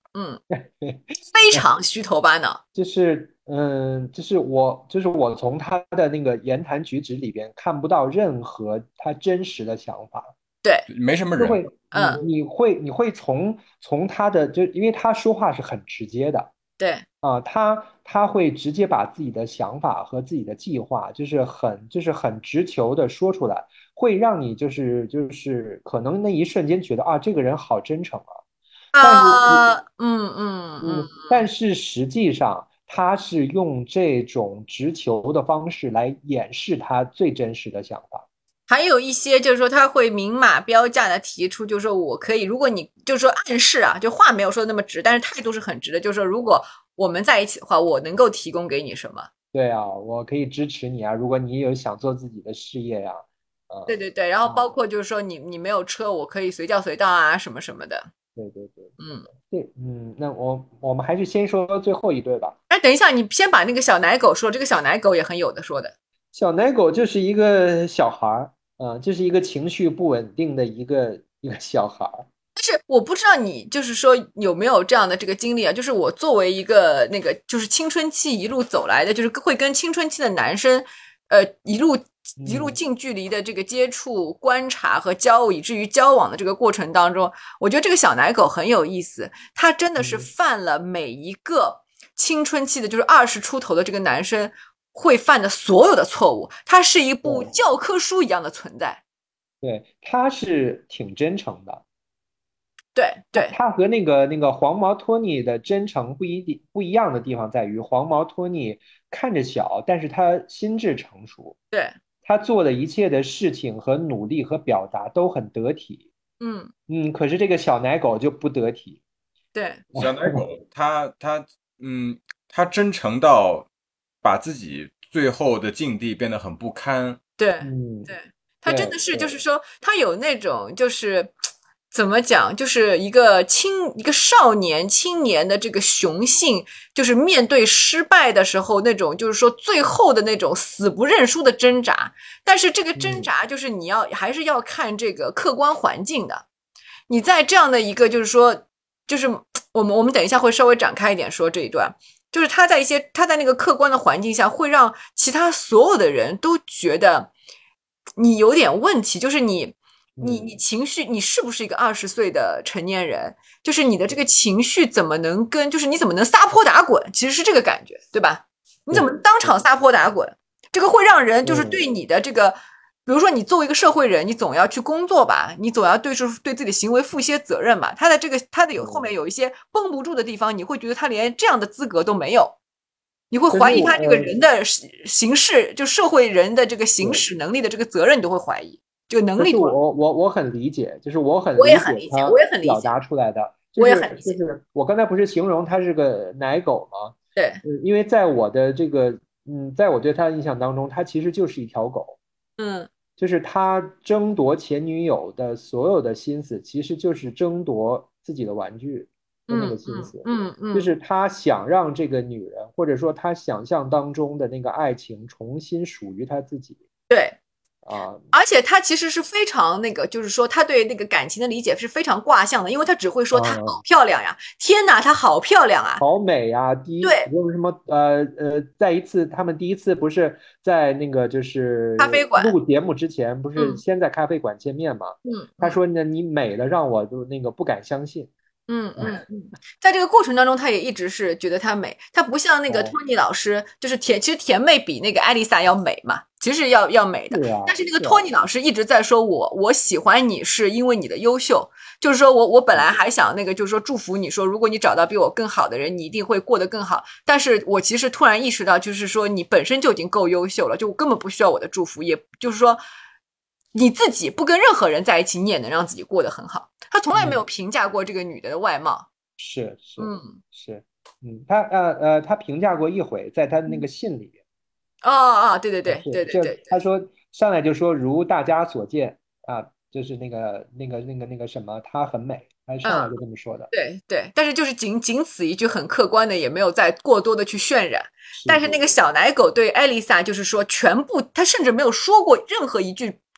嗯，非常虚头巴脑。 就是嗯，就是我就是我从他的那个言谈举止里边看不到任何他真实的想法。 对， 没什么人格。 就会，嗯， 嗯， 你会你会从从他的，就因为他说话是很直接的对， 啊，他他会直接把自己的想法和自己的计划，就是很就是很直球的说出来，会让你就是就是可能那一瞬间觉得啊，这个人好真诚啊，但是啊，嗯嗯嗯。 嗯，但是实际上他是用这种直球的方式来掩饰他最真实的想法。 还有一些就是说他会明码标价的提出，就是说我可以，如果你就是说暗示啊，就话没有说那么直，但是态度是很直的，就是说如果我们在一起的话，我能够提供给你什么？ 对啊，我可以支持你啊，如果你有想做自己的事业呀、啊， 对对对，然后包嗯， 括就是说你你没有车，我可以随叫随到啊，什么什么的。 对对对嗯， 对，嗯，那我我们还是先说最后一对吧。 哎，等一下，你先把那个小奶狗说，这个小奶狗也很有的说的。 小奶狗就是一个小孩儿，啊、就是一个情绪不稳定的一个一个小孩儿。 但是我不知道你就是说有没有这样的这个经历啊？就是我作为一个那个就是青春期一路走来的，就是会跟青春期的男生，呃，一路一路嗯近距离的这个接触、观察和交往，以至于交往的这个过程当中，我觉得这个小奶狗很有意思，他真的是嗯， 犯了每一个青春期的，就是二十出头的这个男生会犯的所有的错误，他是一部对教科书一样的存在。 对，他是挺真诚的。他对对他和那个那个黄毛托尼的真诚不一地不一样的地方在于，黄毛托尼看着小，但是他心智成熟， 对， 他做的一切的事情和努力和表达都很得体。 嗯， 嗯，可是这个小奶狗就不得体。 对。 小奶狗，它它嗯，它真诚到把自己最后的境地变得很不堪。 对嗯， 对，他真的是，就是对对说，他有那种，就是怎么讲，就是一个青一个少年青年的这个雄性，就是面对失败的时候那种，就是说最后的那种死不认输的挣扎。但是这个挣嗯扎，就是你要还是要看这个客观环境的。你在这样的一个，就是说，就是我们我们等一下会稍微展开一点说这一段。就是他在一些他在那个客观的环境下，会让其他所有的人都觉得你有点问题，就是你你你嗯， 情绪，你是不是一个二十岁的成年人？就是你的这个情绪怎么能跟，就是你怎么能撒泼打滚？其实是这个感觉，对吧？你怎么对对， 当场撒泼打滚？这个会让人就是嗯对你的这个，比如说你作为一个社会人，你总要去工作吧，你总要对是对自己的行为负一些责任吧。他的这个他的有后面嗯， 有一些绷不住的地方，你会觉得他连这样的资格都没有，你会可是怀疑他这个我呃人的行事，就社会人的这个行对。 使能力的这个责任，你都会怀疑这个能可是力都。 我我我很理解，就是我很我也理很理解，我解他也很理解， 表达出来的，就我也很是就理解。 是我刚才不是形容他是个奶狗吗？ 对， 嗯，因为在我的这个嗯，在我对他的印象当中，他其实就是一条狗， 嗯就是他争夺前女友的所有的心思，其实就是争夺自己的玩具的那个嗯嗯心思， 嗯嗯， 就是他想让这个女人，或者说他想象当中的那个爱情重新属于他自己对。 啊。 而且他其实是非常那个，就是说他对那个感情的理解是非常卦象的，因为他只会说她好啊， 漂亮呀，天哪，她好漂亮啊。 好美呀！第一， 对， 为什么呃呃，在一次他们第一次不是在那个就是咖啡馆。 录节目之前，不是嗯先在咖啡馆见面吗？ 嗯嗯。 他说呢，你美的让我就那个不敢相信。 嗯嗯嗯，在这个过程当中，他也一直是觉得她美，她不像那个哦， 托尼老师，就是甜，其实甜妹比那个艾丽莎要美嘛，其实要要美的。 是啊， 但是那个是啊， 托尼老师一直在说我，我喜欢你是因为你的优秀，就是说我我本来还想那个，就是说祝福你说，如果你找到比我更好的人，你一定会过得更好。但是我其实突然意识到，就是说你本身就已经够优秀了，就根本不需要我的祝福，也就是说。你自己不跟任何人在一起，你也能让自己过得很好。他从来没有嗯， 评价过这个女的的外貌。 是是嗯， 是，嗯，他呃呃，他评价过一回，在他的那个信里面。 哦哦，对对啊， 对对是，就对对对他说上来就说如大家所见啊，就是那个那个那个那个什么，她很美，他上来嗯， 就这么说的。 对对，但是就是仅仅此一句很客观的，也没有再过多的去渲染。 是是但是那个小奶狗对艾丽莎就是说，全部他甚至没有说过任何一句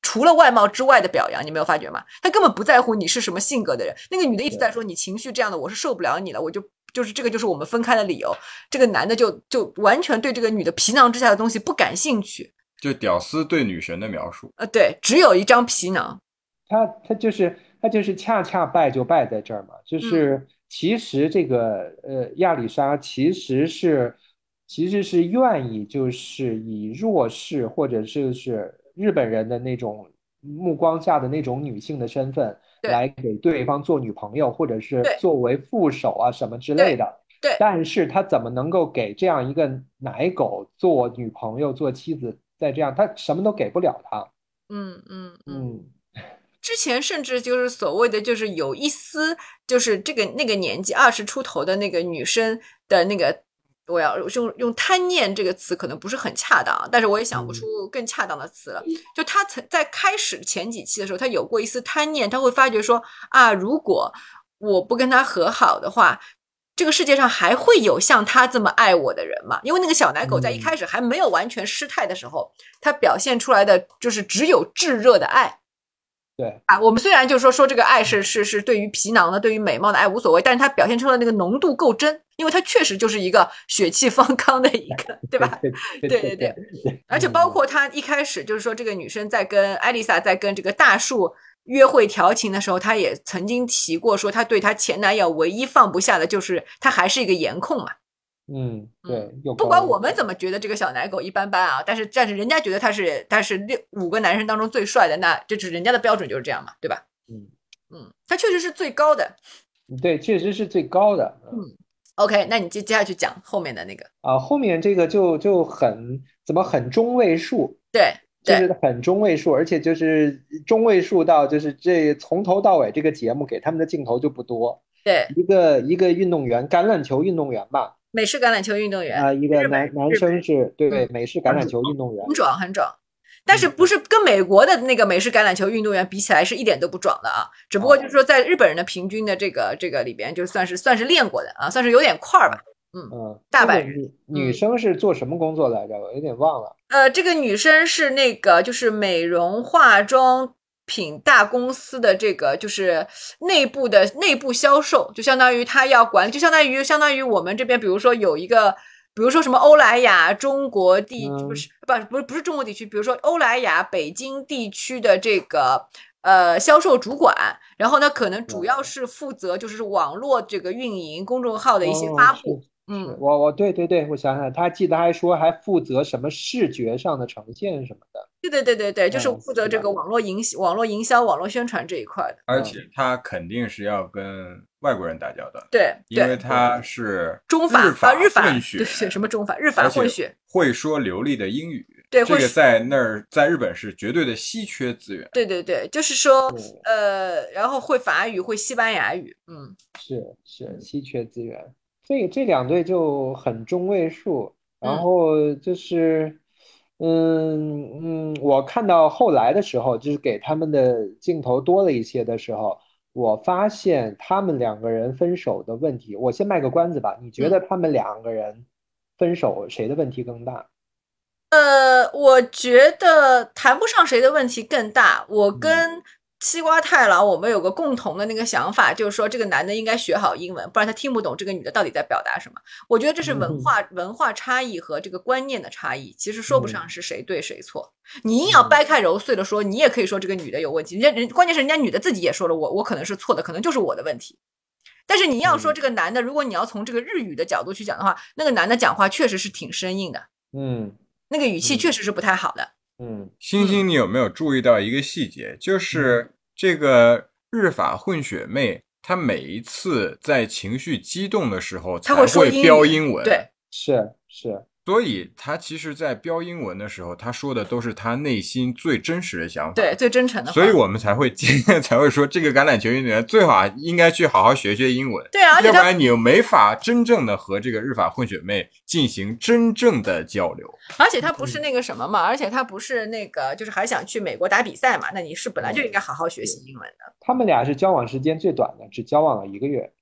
除了外貌之外的表扬，你没有发觉吗？他根本不在乎你是什么性格的人。那个女的一直在说你情绪这样的，我是受不了你了，我就就是这个就是我们分开的理由。这个男的就就完全对这个女的皮囊之下的东西不感兴趣。 就屌丝对女神的描述。 呃，对，只有一张皮囊。 他他就是他就是恰恰败就败在这儿嘛，就是其实这个呃亚里莎其实是其实是愿意就是以弱势或者是是日本人的那种目光下的那种女性的身份来给对方做女朋友，或者是作为副手啊什么之类的。 对， 但是他怎么能够给这样一个奶狗做女朋友、做妻子？再这样，他什么都给不了他。 嗯嗯嗯。 之前甚至就是所谓的，就是有一丝，就是这个那个年纪二十出头的那个女生的那个，我要用用贪念这个词可能不是很恰当，但是我也想不出更恰当的词了。就她曾在开始前几期的时候，她有过一丝贪念，她会发觉说啊，如果我不跟他和好的话，这个世界上还会有像他这么爱我的人吗？因为那个小奶狗在一开始还没有完全失态的时候，他表现出来的就是只有炙热的爱。 对啊，我们虽然就是说说这个爱是是是对于皮囊的、对于美貌的爱无所谓，但是它表现出来的那个浓度够真，因为它确实就是一个血气方刚的一个，对吧？ 对对对对，而且包括他一开始就是说这个女生在跟艾丽莎在跟这个大树约会调情的时候，她也曾经提过说，她对她前男友唯一放不下的就是她还是一个颜控嘛。 嗯，对， 不管我们怎么觉得这个小奶狗一般般啊，但是但是人家觉得他是他是六五个男生当中最帅的，那这是人家的标准就是这样嘛，对吧？ 嗯嗯，他确实是最高的， 对，确实是最高的。 嗯 ，OK， 那你接接下去讲后面的那个啊，后面这个就就很怎么很中位数， 对， 就是很中位数，而且就是中位数到就是这从头到尾这个节目给他们的镜头就不多， 对， 一个一个运动员，橄榄球运动员吧。 美式橄榄球运动员啊、呃，一个男男生是对、 嗯、 美式橄榄球运动员， 很壮很壮，但是不是跟美国的那个美式橄榄球运动员比起来是一点都不壮的啊，只不过就是说在日本人的平均的这个这个里边，就算是算是练过的啊，算是有点块儿吧，嗯嗯， 大阪人。 女女生是做什么工作来着？我有点忘了。 呃，这个女生是那个就是美容化妆品大公司的这个就是内部的内部销售，就相当于她要管，就相当于相当于我们这边，比如说有一个，比如说什么欧莱雅中国地、嗯、不是不不是不是中国地区，比如说欧莱雅北京地区的这个呃销售主管，然后呢可能主要是负责就是网络这个运营公众号的一些发布。 哦嗯，我我对对对，我想想，他记得还说还负责什么视觉上的呈现什么的。 对对对对对，就是负责这个网络营、嗯、网络营销、网络宣传这一块的。 而且他肯定是要跟外国人打交道， 对， 因为他是中法日法日法混血， 对对，什么中法日法混血， 会说流利的英语。 对， 这个在那儿，在日本是绝对的稀缺资源。 对对对，就是说，呃，然后会法语，会西班牙语，嗯， 是是稀缺资源。所以这两队就很中位数，然后就是，嗯嗯，我看到后来的时候，就是给他们的镜头多了一些的时候，我发现他们两个人分手的问题，我先卖个关子吧，你觉得他们两个人分手谁的问题更大？ 呃，我觉得谈不上谁的问题更大，我跟西瓜太郎我们有个共同的那个想法，就是说这个男的应该学好英文，不然他听不懂这个女的到底在表达什么。我觉得这是文化、嗯、文化差异和这个观念的差异，其实说不上是谁对谁错。嗯、你硬要掰开揉碎了说，你也可以说这个女的有问题，人家人关键是人家女的自己也说了，我我可能是错的，可能就是我的问题。但是你要说这个男的，如果你要从这个日语的角度去讲的话，那个男的讲话确实是挺生硬的， 嗯， 那个语气确实是不太好的。 嗯， 星星，你有没有注意到一个细节，就是这个日法混血妹，她每一次在情绪激动的时候才会标英文， 对， 是是。 所以他其实在标英文的时候，他说的都是他内心最真实的想法， 对，最真诚的话。 所以我们才会今天才会说，这个橄榄球运动员最好应该去好好学学英文。 对啊， 要不然你又没法真正的和这个日法混血妹进行真正的交流。 而且他不是那个什么嘛，而且他不是那个就是还想去美国打比赛嘛，那你是本来就应该好好学习英文的。 他们俩是交往时间最短的，只交往了一个月。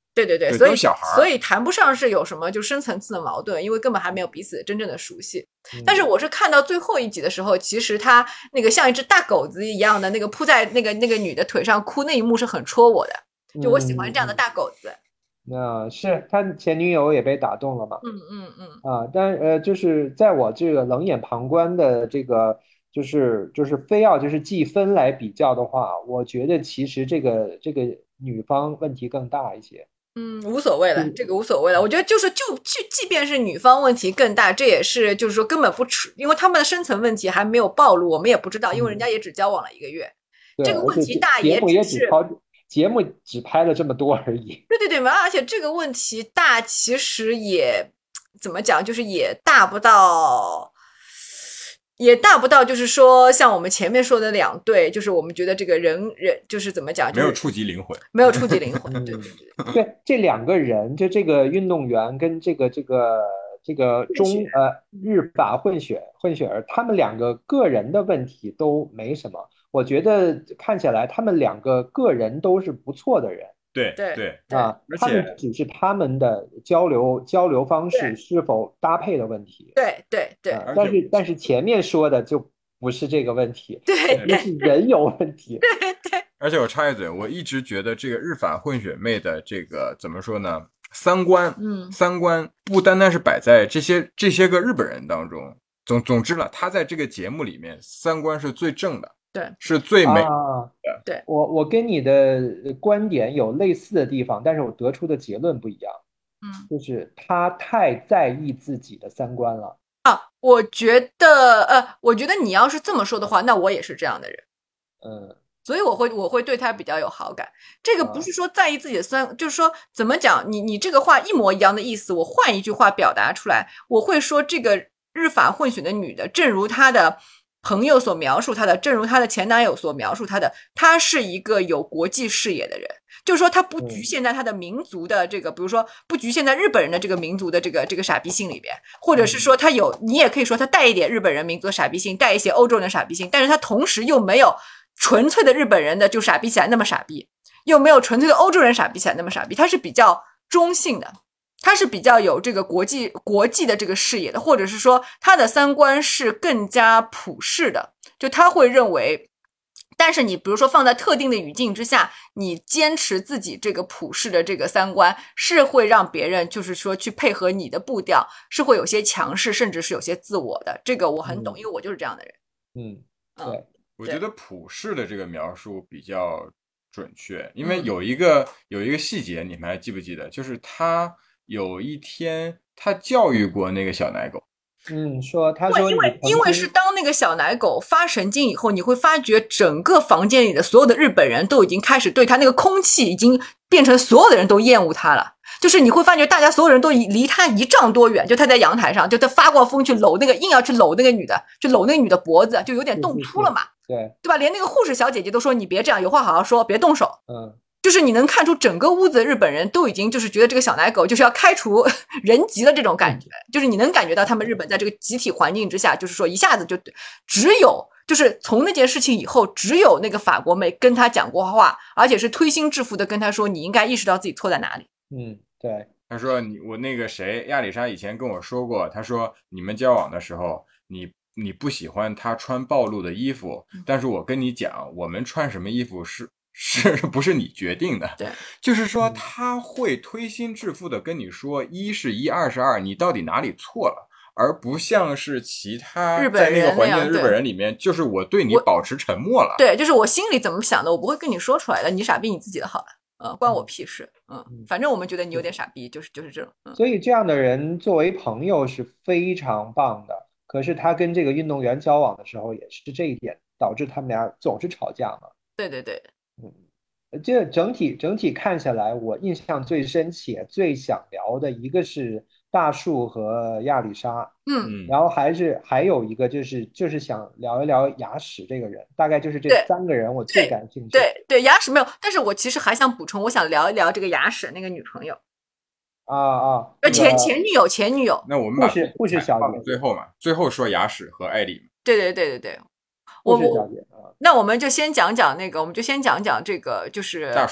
对对对， 对所以都小孩儿所以谈不上是有什么就深层次的矛盾，因为根本还没有彼此真正的熟悉。 嗯但是我是看到最后一集的时候，其实他那个像一只大狗子一样的那个扑在那个那个女的腿上哭那一幕是很戳我的，就我喜欢这样的大狗子。 那、嗯、是他前女友也被打动了嘛？ 嗯嗯嗯啊，但呃，就是在我这个冷眼旁观的这个，就是就是非要就是计分来比较的话，我觉得其实这个这个女方问题更大一些。 嗯，无所谓了， 嗯这个无所谓了。我觉得就是就就即便是女方问题更大，这也是就是说根本不吃，因为他们的深层问题还没有暴露，我们也不知道，因为人家也只交往了一个月。 对， 这个问而且这题大也节目也只只是抛节目只拍了这么多而已。 对对对，而且这个问题大，其实也怎么讲，就是也大不到，也大不到，就是说像我们前面说的两对，就是我们觉得这个人人就是怎么讲，就是没有触及灵魂， 没有触及灵魂。 嗯对对对， 对，这两个人，就这个运动员跟这个这个这个中混血呃日法混血混血儿，他们两个个人的问题都没什么，我觉得看起来他们两个个人都是不错的人。 对对对， 对啊，他而且们只是他们的交流交流方式是否搭配的问题。 对对对啊， 而且但是但是前面说的就不是这个问题， 对前面是人有问题。 而且我插一嘴，我一直觉得这个日反混血妹的这个怎么说呢？三观， 嗯三观不单单是摆在这些这些个日本人当中，总总之了，他在这个节目里面三观是最正的， 对， 是最美。 啊， 对我我跟你的观点有类似的地方，但是我得出的结论不一样， 嗯。 就是他太在意自己的三观了。 我觉得，呃，我觉得你要是这么说的话，那我也是这样的人， 嗯所以我会我会对他比较有好感。这个不是说在意自己的三，就是说怎么讲，你你这个话一模一样的意思，我换一句话表达出来，我会说这个日法混血的女的，正如她的朋友所描述她的，正如她的前男友所描述她的，她是一个有国际视野的人。就是说，她不局限在她的民族的这个，比如说不局限在日本人的这个民族的这个这个傻逼性里边，或者是说她有，你也可以说她带一点日本人民族的傻逼性，带一些欧洲人的傻逼性，但是她同时又没有纯粹的日本人的就傻逼起来那么傻逼，又没有纯粹的欧洲人傻逼起来那么傻逼，她是比较中性的。他是比较有这个国际国际的这个视野的，或者是说他的三观是更加普世的，就他会认为，但是你比如说放在特定的语境之下，你坚持自己这个普世的这个三观，是会让别人就是说去配合你的步调，是会有些强势，甚至是有些自我的。这个我很懂， 嗯因为我就是这样的人。 嗯， 嗯对， 我觉得普世的这个描述比较准确，因为嗯有一个有一个细节，你们还记不记得？就是他有一天他教育过那个小奶狗。 嗯，说他因为因说你曾为因为是经当那个小奶狗发神经以后，你会发觉整个房间里的所有的日本人都已经开始对他那个空气已经变成所有的人都厌恶他了。就是你会发觉大家所有人都离他一丈多远，就他在阳台上，就他发过疯去搂那个硬要去搂那个女的，就搂那个女的脖子，就有点冻秃了嘛， 对， 对吧？连那个护士小姐姐都说你别这样，有话好好说，别动手。 嗯就是你能看出整个屋子的日本人都已经就是觉得这个小奶狗就是要开除人籍的这种感觉，就是你能感觉到他们日本在这个集体环境之下，就是说一下子就只有就是从那件事情以后，只有那个法国妹跟他讲过话，而且是推心置腹的跟他说你应该意识到自己错在哪里。 嗯，对， 他说你我那个谁亚里莎以前跟我说过，他说你们交往的时候，你你不喜欢他穿暴露的衣服，但是我跟你讲，我们穿什么衣服是是不是你决定的？ 对， 就是说他会推心置腹的跟你说一是一，二是二，你到底哪里错了？而不像是其他日本在那个人那样环境的日本人里面，就是我对你保持沉默了。 对，就是我心里怎么想的，我不会跟你说出来的，你傻逼你自己的好了。嗯，关我屁事。嗯，反正我们觉得你有点傻逼，就是就是这种。嗯， 所以这样的人作为朋友是非常棒的。可是他跟这个运动员交往的时候，也是这一点导致他们俩总是吵架嘛。 对对对， 嗯，这整体整体看下来，我印象最深且最想聊的一个是大树和亚里莎， 嗯， 嗯， 然后还是还有一个就是就是想聊一聊雅史这个人，大概就是这对三个人我最感兴趣。 对对，雅史没有，但是我其实还想补充，我想聊一聊这个雅史那个女朋友， 啊啊， 呃，前那个前女友，前女友。 那我们把护士护士小放到姐最后嘛，最后说雅史和艾丽。 对对对对对，我护士小姐啊， 那我们就先讲讲那个，我们就先讲讲这个，就是大树，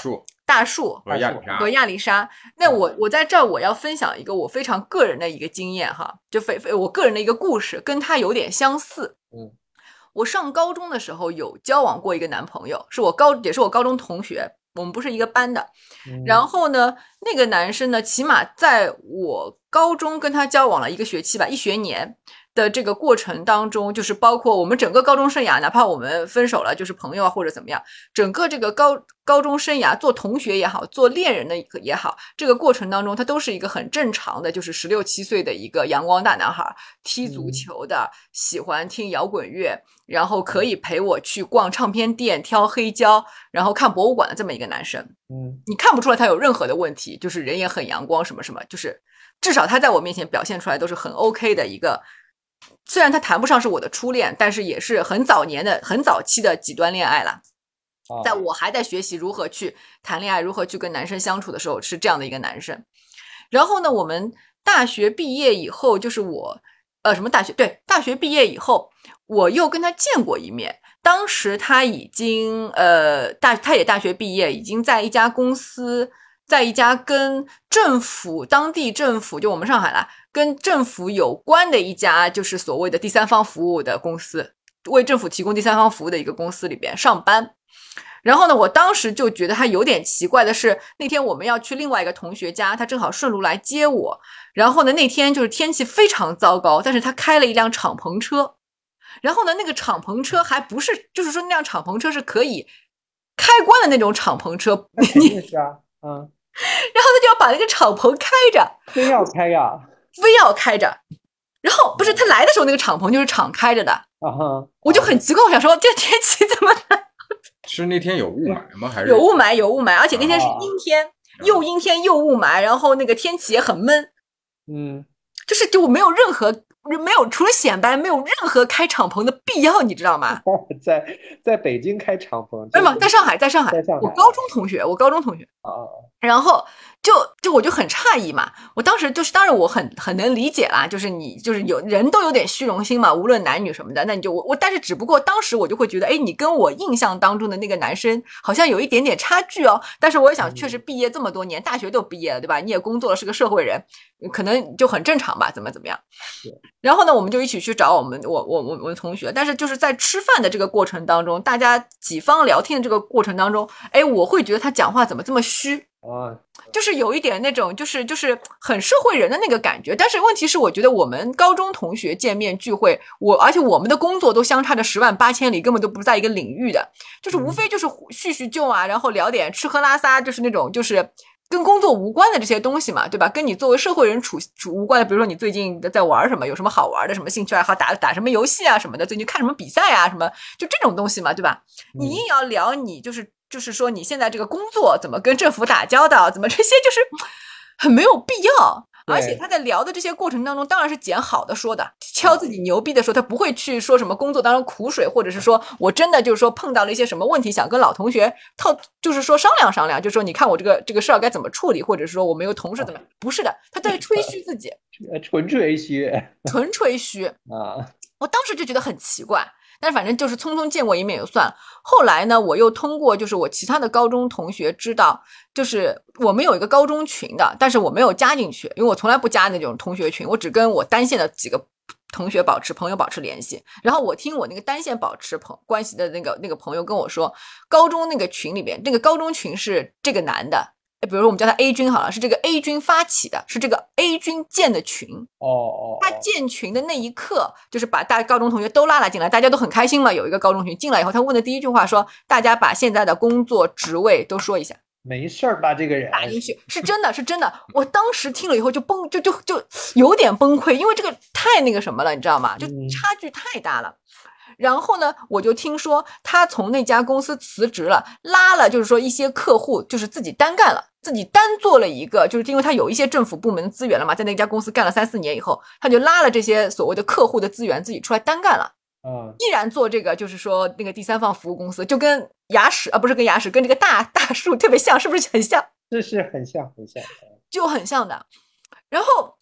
大树和亚里莎和亚丽莎。那我我在这儿我要分享一个我非常个人的一个经验哈，就非非我个人的一个故事，跟他有点相似。 嗯， 我上高中的时候有交往过一个男朋友，是我高也是我高中同学，我们不是一个班的。 嗯然后呢，那个男生呢，起码在我高中跟他交往了一个学期吧，一学年的这个过程当中，就是包括我们整个高中生涯，哪怕我们分手了，就是朋友啊或者怎么样，整个这个高高中生涯，做同学也好，做恋人的也好，这个过程当中，他都是一个很正常的，就是十六七岁的一个阳光大男孩，踢足球的，喜欢听摇滚乐，然后可以陪我去逛唱片店、挑黑胶，然后看博物馆的这么一个男生。 嗯， 你看不出来他有任何的问题，就是人也很阳光，什么什么，就是至少他在我面前表现出来都是很 OK 的一个。虽然他谈不上是我的初恋，但是也是很早年的、很早期的几段恋爱了。在我还在学习如何去谈恋爱、如何去跟男生相处的时候，是这样的一个男生。然后呢，我们大学毕业以后，就是我呃什么大学对大学毕业以后，我又跟他见过一面。当时他已经呃大他也大学毕业，已经在一家公司，在一家跟政府当地政府就我们上海啦，跟政府有关的一家就是所谓的第三方服务的公司，为政府提供第三方服务的一个公司里边上班。然后呢，我当时就觉得他有点奇怪的是，那天我们要去另外一个同学家，他正好顺路来接我。然后呢，那天就是天气非常糟糕，但是他开了一辆敞篷车。然后呢，那个敞篷车还不是，就是说那辆敞篷车是可以开关的那种敞篷车。 肯定是啊，嗯。 然后他就要把那个敞篷开着， 非要开呀， 非要开着。然后不是他来的时候那个敞篷就是敞开着的， 啊哈， 我就很奇怪，我想说这天气怎么是那天有雾霾吗？还是有雾霾？有雾霾，而且那天是阴天， 啊、 又阴天又雾霾，然后那个天气也很闷， 嗯， 就是就没有任何没有除了显摆，没有任何开敞篷的必要，你知道吗？ 在在北京开敞篷， 没有，在上海，在上海， 在上海， 我高中同学，我高中同学啊， 然后就就我就很诧异嘛，我当时就是当然我很很能理解啦，就是你就是有人都有点虚荣心嘛，无论男女什么的，那你就我我但是只不过当时我就会觉得，哎，你跟我印象当中的那个男生好像有一点点差距哦。但是我也想，确实毕业这么多年，大学都毕业了，对吧？你也工作了，是个社会人，可能就很正常吧，怎么怎么样。然后呢，我们就一起去找我们我我我我的同学，但是就是在吃饭的这个过程当中，大家几方聊天的这个过程当中，哎，我会觉得他讲话怎么这么虚。 啊， 就是有一点那种，就是就是很社会人的那个感觉。但是问题是，我觉得我们高中同学见面聚会，我而且我们的工作都相差着十万八千里，根本都不在一个领域的，就是无非就是叙叙旧啊，然后聊点吃喝拉撒，就是那种就是跟工作无关的这些东西嘛，对吧？跟你作为社会人处处无关的，比如说你最近在玩什么，有什么好玩的，什么兴趣爱好，打打什么游戏啊什么的，最近看什么比赛啊什么，就这种东西嘛，对吧？你硬要聊你就是。就是说你现在这个工作怎么跟政府打交道，怎么这些就是很没有必要。而且他在聊的这些过程当中，当然是捡好的说的，敲自己牛逼的时候，他不会去说什么工作当中苦水，或者是说我真的就是说碰到了一些什么问题，想跟老同学套，就是说商量商量，就是说你看我这个这个事儿该怎么处理，或者是说我们有同事怎么样，不是的，他在吹嘘自己， 纯吹嘘， 纯吹嘘啊！ 我当时就觉得很奇怪。但是反正就是匆匆见过一面也就算了。后来呢，我又通过就是我其他的高中同学知道，就是我们有一个高中群的，但是我没有加进去，因为我从来不加那种同学群，我只跟我单线的几个同学保持朋友保持联系。然后我听我那个单线保持朋关系的那个那个朋友跟我说，高中那个群里边，那个高中群是这个男的。比如说我们叫他 A 君好了，是这个 A 君发起的，是这个 A 君建的群。 哦哦， 他建群的那一刻，就是把大高中同学都拉了进来，大家都很开心嘛。有一个高中群进来以后，他问的第一句话说：“大家把现在的工作职位都说一下。” 没事儿吧？这个人打进去是真的，是真的。我当时听了以后就崩，就就就有点崩溃，因为这个太那个什么了，你知道吗？就差距太大了。嗯然后呢，我就听说他从那家公司辞职了，拉了就是说一些客户，就是自己单干了，自己单做了一个，就是因为他有一些政府部门的资源了嘛，在那家公司干了三四年以后，他就拉了这些所谓的客户的资源，自己出来单干了。 嗯， 依然做这个，就是说那个第三方服务公司，就跟牙齿啊，不是跟牙齿，跟这个大大树特别像，是不是很像？ 这是很像，很像， 就很像的。然后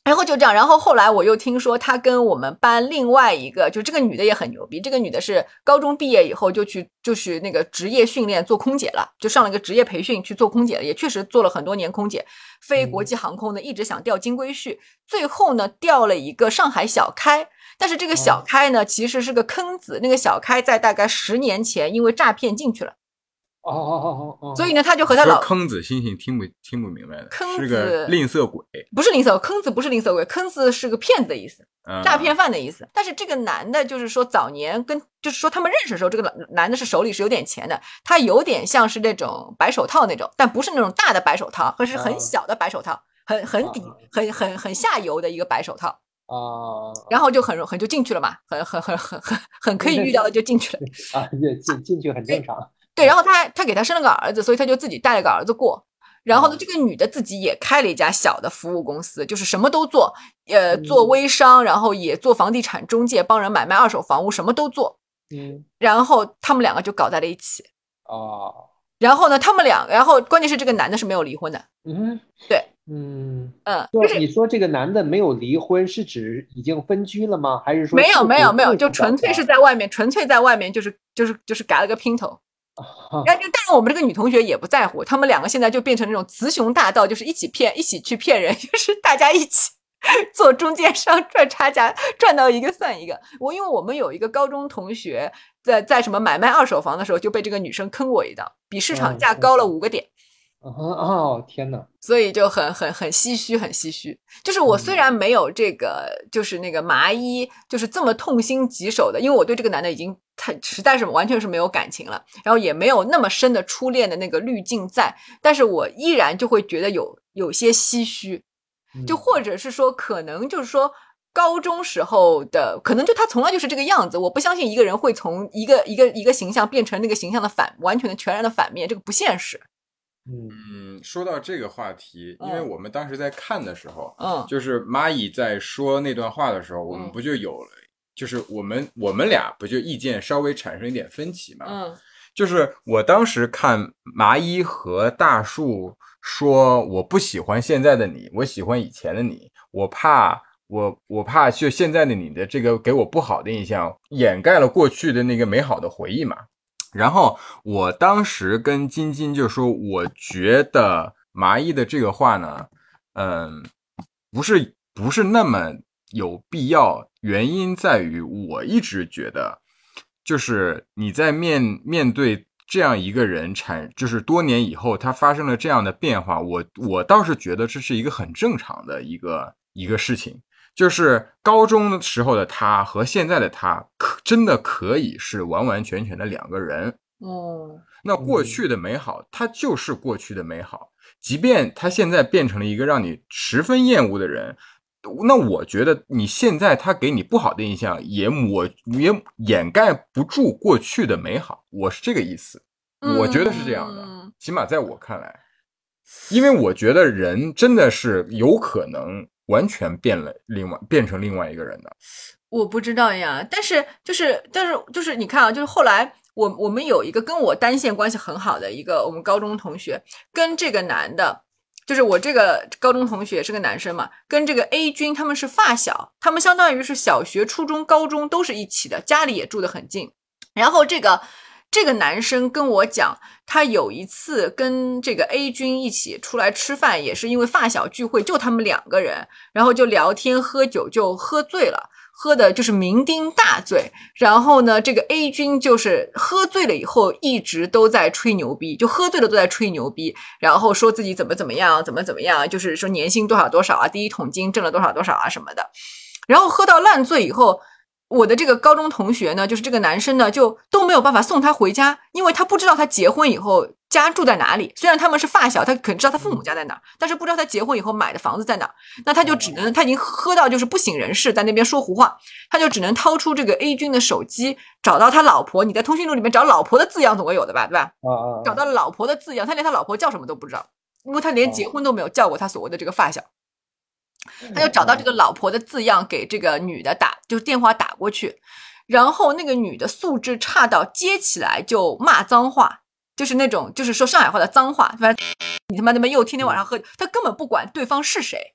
然后就这样，然后后来我又听说他跟我们班另外一个，就这个女的也很牛逼，这个女的是高中毕业以后就去就是那个职业训练做空姐了，就上了个职业培训去做空姐了，也确实做了很多年空姐，飞国际航空的，一直想调金龟婿，最后呢调了一个上海小开，但是这个小开呢其实是个坑子，那个小开在大概十年前因为诈骗进去了。 哦哦哦哦， 所以呢，他就和他老坑子，星星听不听不明白的， 坑子是个吝啬鬼， 不是吝啬，坑子不是吝啬鬼，坑子是个骗子的意思， 嗯、 诈骗犯的意思。但是这个男的，就是说早年跟就是说他们认识的时候，这个男的是手里是有点钱的，他有点像是那种白手套那种，但不是那种大的白手套，而是很小的白手套，很很底很很很下游的一个白手套。 啊， 然后就很很就进去了嘛，很很很很很很可以预料的就进去了啊，进进去很正常。 对，然后他他给他生了个儿子，所以他就自己带了个儿子过。然后呢，这个女的自己也开了一家小的服务公司，就是什么都做，呃，做微商，然后也做房地产中介，帮人买卖二手房屋，什么都做。 嗯， 然后他们两个就搞在了一起。 哦， 然后呢，他们两个，然后关键是这个男的是没有离婚的。 嗯， 对， 嗯嗯， 就是你说这个男的没有离婚，是指已经分居了吗？还是说没有没有没有，就纯粹是在外面，纯粹在外面，就是就是就是改了个姘头。然后，但是我们这个女同学也不在乎，他们两个现在就变成那种雌雄大盗，就是一起骗，一起去骗人，就是大家一起做中间商赚差价，赚到一个算一个。我因为我们有一个高中同学在在什么买卖二手房的时候就被这个女生坑过一道，比市场价高了五个点。 哦哦，天哪！ 所以就很很很唏嘘，很唏嘘。就是我虽然没有这个，嗯、就是那个麻衣，就是这么痛心疾首的，因为我对这个男的已经太实在是完全是没有感情了，然后也没有那么深的初恋的那个滤镜在，但是我依然就会觉得有有些唏嘘，就或者是说，可能就是说。高中时候的可能就他从来就是这个样子，我不相信一个人会从一个一个一个形象变成那个形象的反，完全的全然的反面，这个不现实。 嗯，说到这个话题，因为我们当时在看的时候， 嗯， 就是蚂蚁在说那段话的时候，我们不就有了，嗯、就是我们我们俩不就意见稍微产生一点分歧嘛？ 嗯， 就是我当时看麻衣和大树说我不喜欢现在的你，我喜欢以前的你，我怕我我怕就现在的你的这个给我不好的印象，掩盖了过去的那个美好的回忆嘛。然后我当时跟金金就说，我觉得麻衣的这个话呢，嗯，不是不是那么有必要，原因在于我一直觉得，就是你在面面对这样一个人产，就是多年以后他发生了这样的变化，我我倒是觉得这是一个很正常的一个一个事情。就是高中时候的他和现在的他可真的可以是完完全全的两个人。 哦， 那过去的美好，它就是过去的美好，即便他现在变成了一个让你十分厌恶的人，那我觉得你现在他给你不好的印象也抹也掩盖不住过去的美好，我是这个意思。我觉得是这样的， 嗯、 起码在我看来，因为我觉得人真的是有可能完全变了另外变成另外一个人的。 我不知道呀，但是就是但是就是你看啊，就是后来我我们有一个跟我单线关系很好的一个我们高中同学，跟这个男的，就是我这个高中同学是个男生嘛，跟这个 A 君他们是发小，他们相当于是小学、初中、高中都是一起的，家里也住得很近。然后这个这个男生跟我讲，他有一次跟这个 A 君一起出来吃饭，也是因为发小聚会，就他们两个人，然后就聊天喝酒，就喝醉了。喝的就是酩酊大醉，然后呢，这个 A 君就是喝醉了以后一直都在吹牛逼，就喝醉了都在吹牛逼，然后说自己怎么怎么样，怎么怎么样，就是说年薪多少多少啊，第一桶金挣了多少多少啊什么的。然后喝到烂醉以后，我的这个高中同学呢，就是这个男生呢，就都没有办法送他回家，因为他不知道他结婚以后家住在哪里。虽然他们是发小，他可能知道他父母家在哪儿，但是不知道他结婚以后买的房子在哪儿。那他就只能，他已经喝到就是不省人事，在那边说胡话，他就只能掏出这个 A 君的手机，找到他老婆。你在通讯录里面找老婆的字样总会有的吧，对吧？ 啊啊！ 找到了老婆的字样，他连他老婆叫什么都不知道，因为他连结婚都没有叫过他所谓的这个发小。他就找到这个老婆的字样，给这个女的打，就电话打过去。然后那个女的素质差到接起来就骂脏话，就是那种就是说上海话的脏话，反正你他妈他妈又天天晚上喝，他根本不管对方是谁。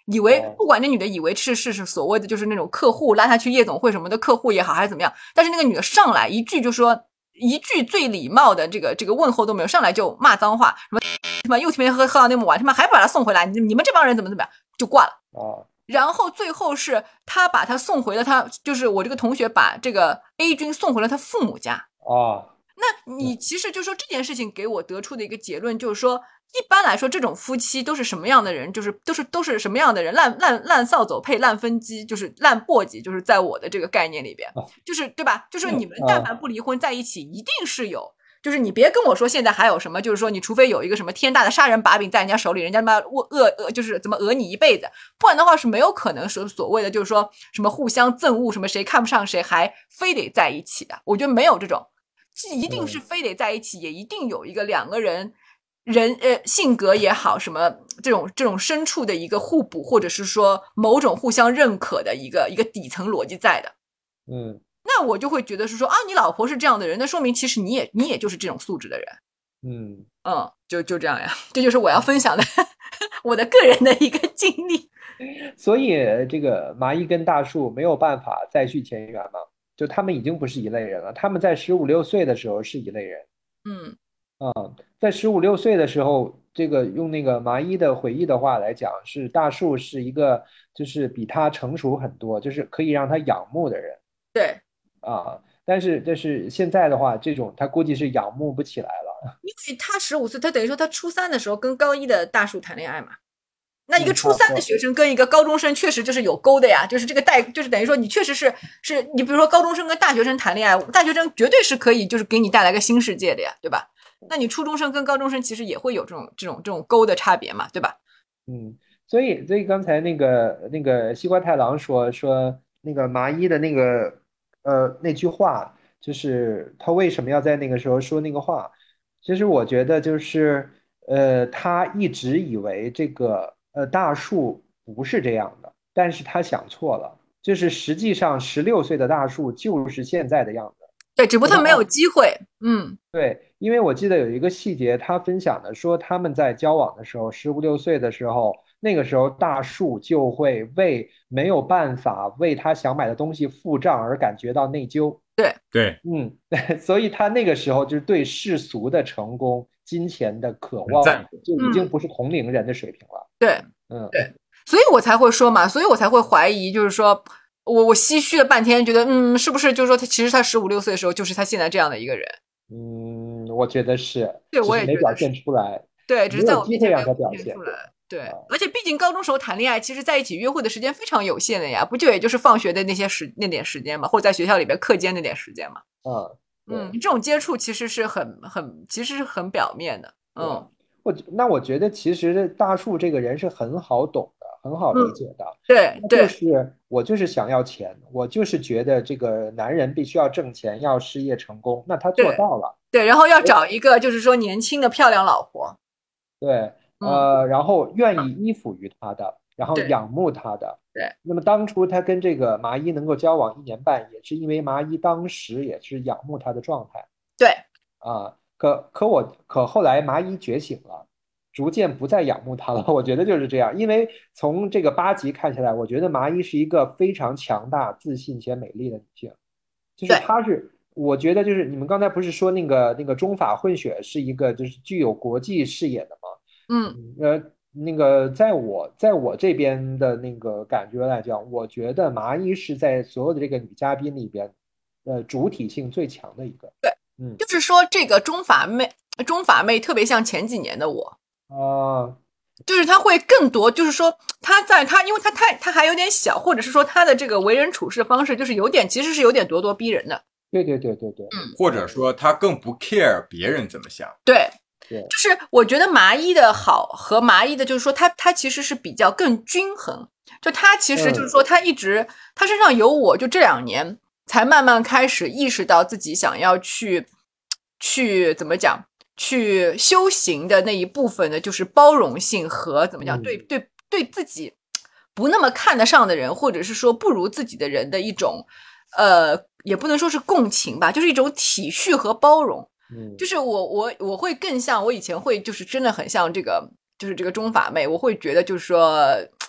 以为不管那女的以为是是是所谓的就是那种客户拉她去夜总会什么的客户也好还是怎么样，但是那个女的上来一句就说一句最礼貌的这个这个问候都没有，上来就骂脏话，什么什么又天天喝喝到那么晚，他妈还不把她送回来，你你们这帮人怎么怎么样，就挂了。 哦， 然后最后是他把他送回了他，就是我这个同学把这个 A 君送回了他父母家。 哦， 那你其实就说这件事情给我得出的一个结论就是说，一般来说这种夫妻都是什么样的人，就是都是都是什么样的人，烂烂烂扫帚配烂分机，就是烂簸箕，就是在我的这个概念里边，就是对吧？就是你们但凡不离婚在一起，一定是有。就是你别跟我说现在还有什么，就是说你除非有一个什么天大的杀人把柄在人家手里，人家妈饿饿就是怎么讹你一辈子，不然的话是没有可能说所谓的就是说什么互相憎恶，什么谁看不上谁还非得在一起的。我觉得没有这种，一定是非得在一起，也一定有一个两个人人呃性格也好，什么这种这种深处的一个互补，或者是说某种互相认可的一个一个底层逻辑在的。 嗯。 那我就会觉得是说啊，你老婆是这样的人，那说明其实你也你也就是这种素质的人。 嗯嗯，就就这样呀，这就是我要分享的我的个人的一个经历。 所以这个麻衣跟大树没有办法再续前缘嘛，就他们已经不是一类人了。他们在十五六岁的时候是一类人， 嗯啊，在十五六岁的时候，这个用那个麻衣的回忆的话来讲，是大树是一个就是比他成熟很多，就是可以让他仰慕的人。 对。 啊，但是但是现在的话，这种他估计是仰慕不起来了。 因为他十五岁，他等于说他初三的时候跟高一的大树谈恋爱嘛。那一个嗯初三的学生跟一个高中生确实就是有勾的呀，就是这个带，就是等于说你确实是是你比如说高中生跟大学生谈恋爱，大学生绝对是可以就是给你带来个新世界的呀，对吧？那你初中生跟高中生其实也会有这种这种这种勾的差别嘛，对吧？ 嗯，所以所以刚才那个那个西瓜太郎说说那个麻衣的那个呃那句话，就是他为什么要在那个时候说那个话？其实我觉得就是呃他一直以为这个呃大树不是这样的，但是他想错了，就是实际上十六岁的大树就是现在的样子。 对，只不过他没有机会。嗯， 对，因为我记得有一个细节，他分享的说他们在交往的时候，十五六岁的时候，那个时候大树就会为没有办法为他想买的东西付账而感觉到内疚。 对对， 嗯，所以他那个时候就是对世俗的成功、金钱的渴望，就已经不是同龄人的水平了。 对， 嗯， 对，所以我才会说嘛，所以我才会怀疑，就是说。我我唏嘘了半天，觉得嗯，是不是就是说他其实他十五六岁的时候就是他现在这样的一个人？ 嗯，我觉得是， 对，我也没表现出来， 对，只是在我面前没有表现出来。对，而且毕竟高中时候谈恋爱，其实在一起约会的时间非常有限的呀，不就也就是放学的那些时那点时间嘛，或者在学校里边课间那点时间嘛。 嗯嗯，这种接触其实是很很其实是很表面的。嗯， 我那我觉得其实大树这个人是很好懂的。很好理解的， 对对， 就是我就是想要钱，我就是觉得这个男人必须要挣钱，要事业成功，那他做到了， 对，然后要找一个就是说年轻的漂亮老婆， 对，呃，然后愿意依附于他的，然后仰慕他的， 对。 那么当初他跟这个麻衣能够交往一年半，也是因为麻衣当时也是仰慕他的状态， 对， 啊，可可我可后来麻衣觉醒了。逐渐不再仰慕他了，我觉得就是这样。因为从这个八集看下来，我觉得麻衣是一个非常强大、自信且美丽的女性。就是她是，我觉得就是你们刚才不是说那个那个中法混血是一个就是具有国际视野的吗？ 嗯， 呃，那个在我在我这边的那个感觉来讲，我觉得麻衣是在所有的这个女嘉宾里边，呃，主体性最强的一个。 对， 嗯， 就是说这个中法妹，中法妹特别像前几年的我。 啊， 就是他会更多，就是说他在他，因为他太他还有点小，或者是说他的这个为人处事的方式，就是有点其实是有点咄咄逼人的。 对对对对对， 嗯， 或者说他更不 care 别人怎么想。 对， 对， 就是我觉得麻衣的好和麻衣的，就是说他他其实是比较更均衡，就他其实就是说他一直、嗯、他身上有我，就这两年才慢慢开始意识到自己想要去去怎么讲。去修行的那一部分呢，就是包容性和怎么讲， 嗯、 对对对自己不那么看得上的人，或者是说不如自己的人的一种，呃，也不能说是共情吧，就是一种体恤和包容。 嗯， 就是我我我会更像我以前会，就是真的很像这个，就是这个中法妹，我会觉得就是说，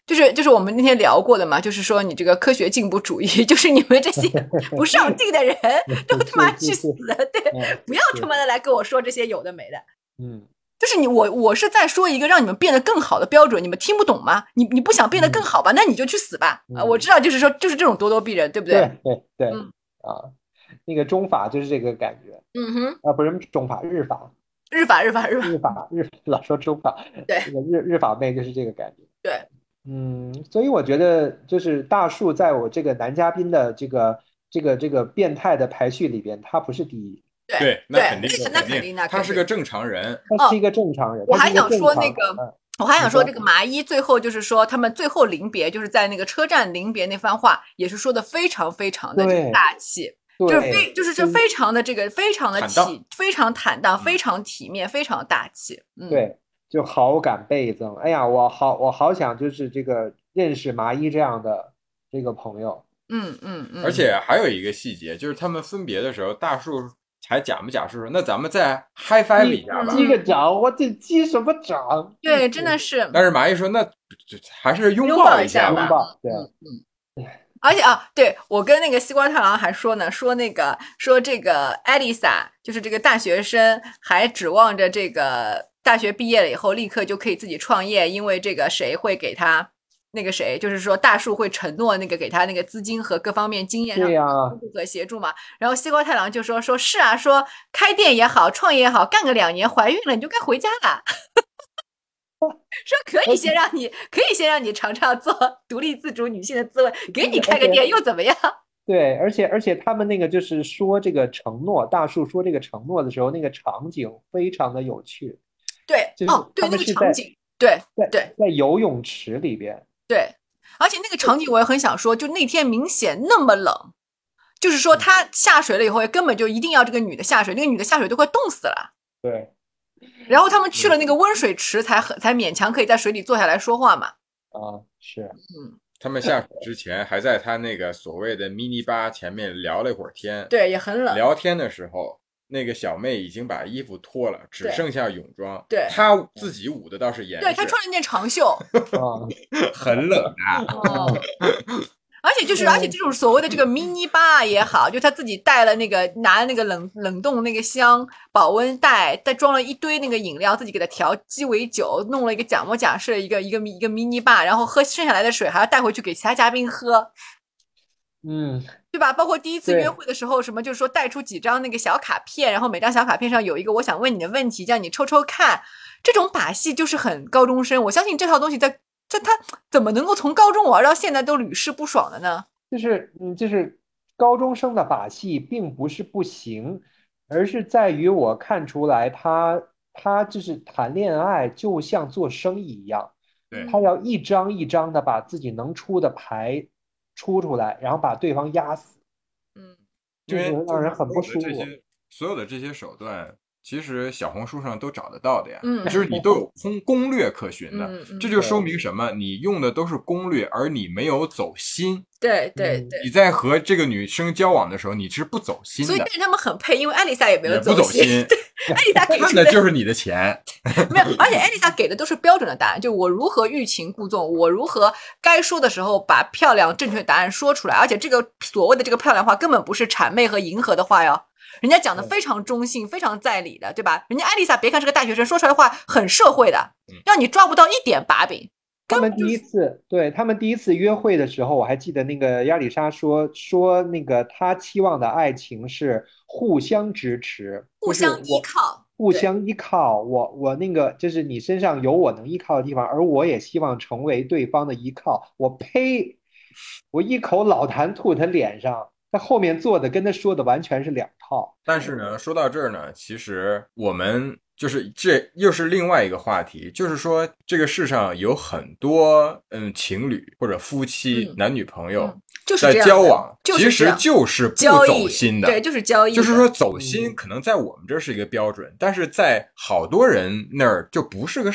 就是就是我们那天聊过的嘛，就是说你这个科学进步主义，就是你们这些不上进的人都他妈去死，对，不要他妈的来跟我说这些有的没的。 嗯， 就是你我我是在说一个让你们变得更好的标准，你们听不懂吗？你你不想变得更好吧？那你就去死吧！啊，我知道，就是说就是这种咄咄逼人，对不对？ 对对对， 嗯啊，那个中法就是这个感觉。 嗯哼， 啊，不是中法，日法， 日法日法日法日法日老说中法， 对那个日日法妹就是这个感觉。 对， 嗯，所以我觉得就是大树在我这个男嘉宾的这个这个这个变态的排序里边，他不是第一， 对对，那肯定， 那肯定，那他是个正常人， 他是一个正常人。 我还想说那个， 个，我还想说这个麻衣最后就是说他们最后临别，就是在那个车站临别那番话，也是说的非常非常的大气。就是非就是这非常的这个非常的体非常坦荡，非常体面，非常大气。嗯， 对，就好感倍增。哎呀，我好我好想就是这个认识麻衣这样的这个朋友。 嗯嗯嗯。 而且还有一个细节，就是他们分别的时候，大树还假模假式说：“那咱们再 high five 一下吧。” 击个掌，我这击什么掌？ 对，真的是。 但是麻衣说：“那还是拥抱一下吧。” 拥抱，对， 嗯。而且啊，对，我跟那个西瓜太郎还说呢，说那个说这个艾丽莎就是这个大学生，还指望着这个大学毕业了以后立刻就可以自己创业，因为这个谁会给他那个谁，就是说大树会承诺那个给他那个资金和各方面经验上的帮助和协助嘛。然后西瓜太郎就说说是啊，说开店也好，创业也好，干个两年怀孕了你就该回家了。说可以先让你，可以先让你尝尝做独立自主女性的滋味，给你开个店又怎么样？ 对，而且而且他们那个就是说这个承诺，大树说这个承诺的时候，那个场景非常的有趣。 对， 就是哦，对，那个场景，对对， 在游泳池里边。 对，而且那个场景我也很想说，就那天明显那么冷，就是说他下水了以后，根本就一定要这个女的下水，那个女的下水都快冻死了。 对。 然后他们去了那个温水池才，才才勉强可以在水里坐下来说话嘛。 啊，是， 嗯， 他们下水之前还在他那个所谓的 mini 吧前面聊了一会儿天， 对，也很冷。 聊天的时候，那个小妹已经把衣服脱了，只剩下泳装。 对， 她自己捂的倒是严实， 对，她穿了一件长袖， 很冷啊。 哦而且就是，而且这种所谓的这个 mini bar 也好，就他自己带了那个拿了那个冷冷冻那个箱保温袋，再装了一堆那个饮料，自己给它调鸡尾酒，弄了一个假模假式的一个一个一个 mini bar，然后喝剩下来的水还要带回去给其他嘉宾喝， 嗯， 对吧？包括第一次约会的时候，什么就是说带出几张那个小卡片，然后每张小卡片上有一个我想问你的问题，叫你抽抽看，这种把戏就是很高中生。我相信这套东西在。这他怎么能够从高中玩到现在都屡试不爽的呢？ 就是嗯，就是高中生的把戏并不是不行，而是在于我看出来他他就是谈恋爱就像做生意一样， 对， 他要一张一张的把自己能出的牌出出来，然后把对方压死。 嗯， 这个让人很不舒服。 所有的这些手段。其实小红书上都找得到的呀， 嗯， 就是你都有攻攻略可循的， 嗯嗯、 这就说明什么？你用的都是攻略，而你没有走心。 对对对， 你在和这个女生交往的时候，你是不走心的。 所以但是他们很配，因为艾丽莎也没有走心。 对，艾丽莎给看的就是你的钱， 没有，而且艾丽莎给的都是标准的答案，就我如何欲擒故纵，我如何该说的时候把漂亮正确答案说出来，而且这个所谓的这个漂亮话根本不是谄媚和迎合的话哟。人家讲的非常中性，非常在理的，对吧？人家艾丽莎别看是个大学生，说出来的话很社会的，让你抓不到一点把柄。 他们第一次对他们第一次约会的时候，我还记得那个亚里莎说说那个他期望的爱情是互相支持、 互相依靠、 互相依靠。我我那个就是你身上有我能依靠的地方，而我也希望成为对方的依靠。我呸！我一口老痰吐他脸上。他后面做的跟他说的完全是两套。 但是呢，说到这儿呢，其实我们就是这又是另外一个话题，就是说这个世上有很多嗯情侣或者夫妻、嗯、男女朋友、嗯、在交往， 就是其实就是不走心的， 对，就是交易。 就是说走心可能在我们这是一个标准，嗯、但是在好多人那儿就不是个事儿。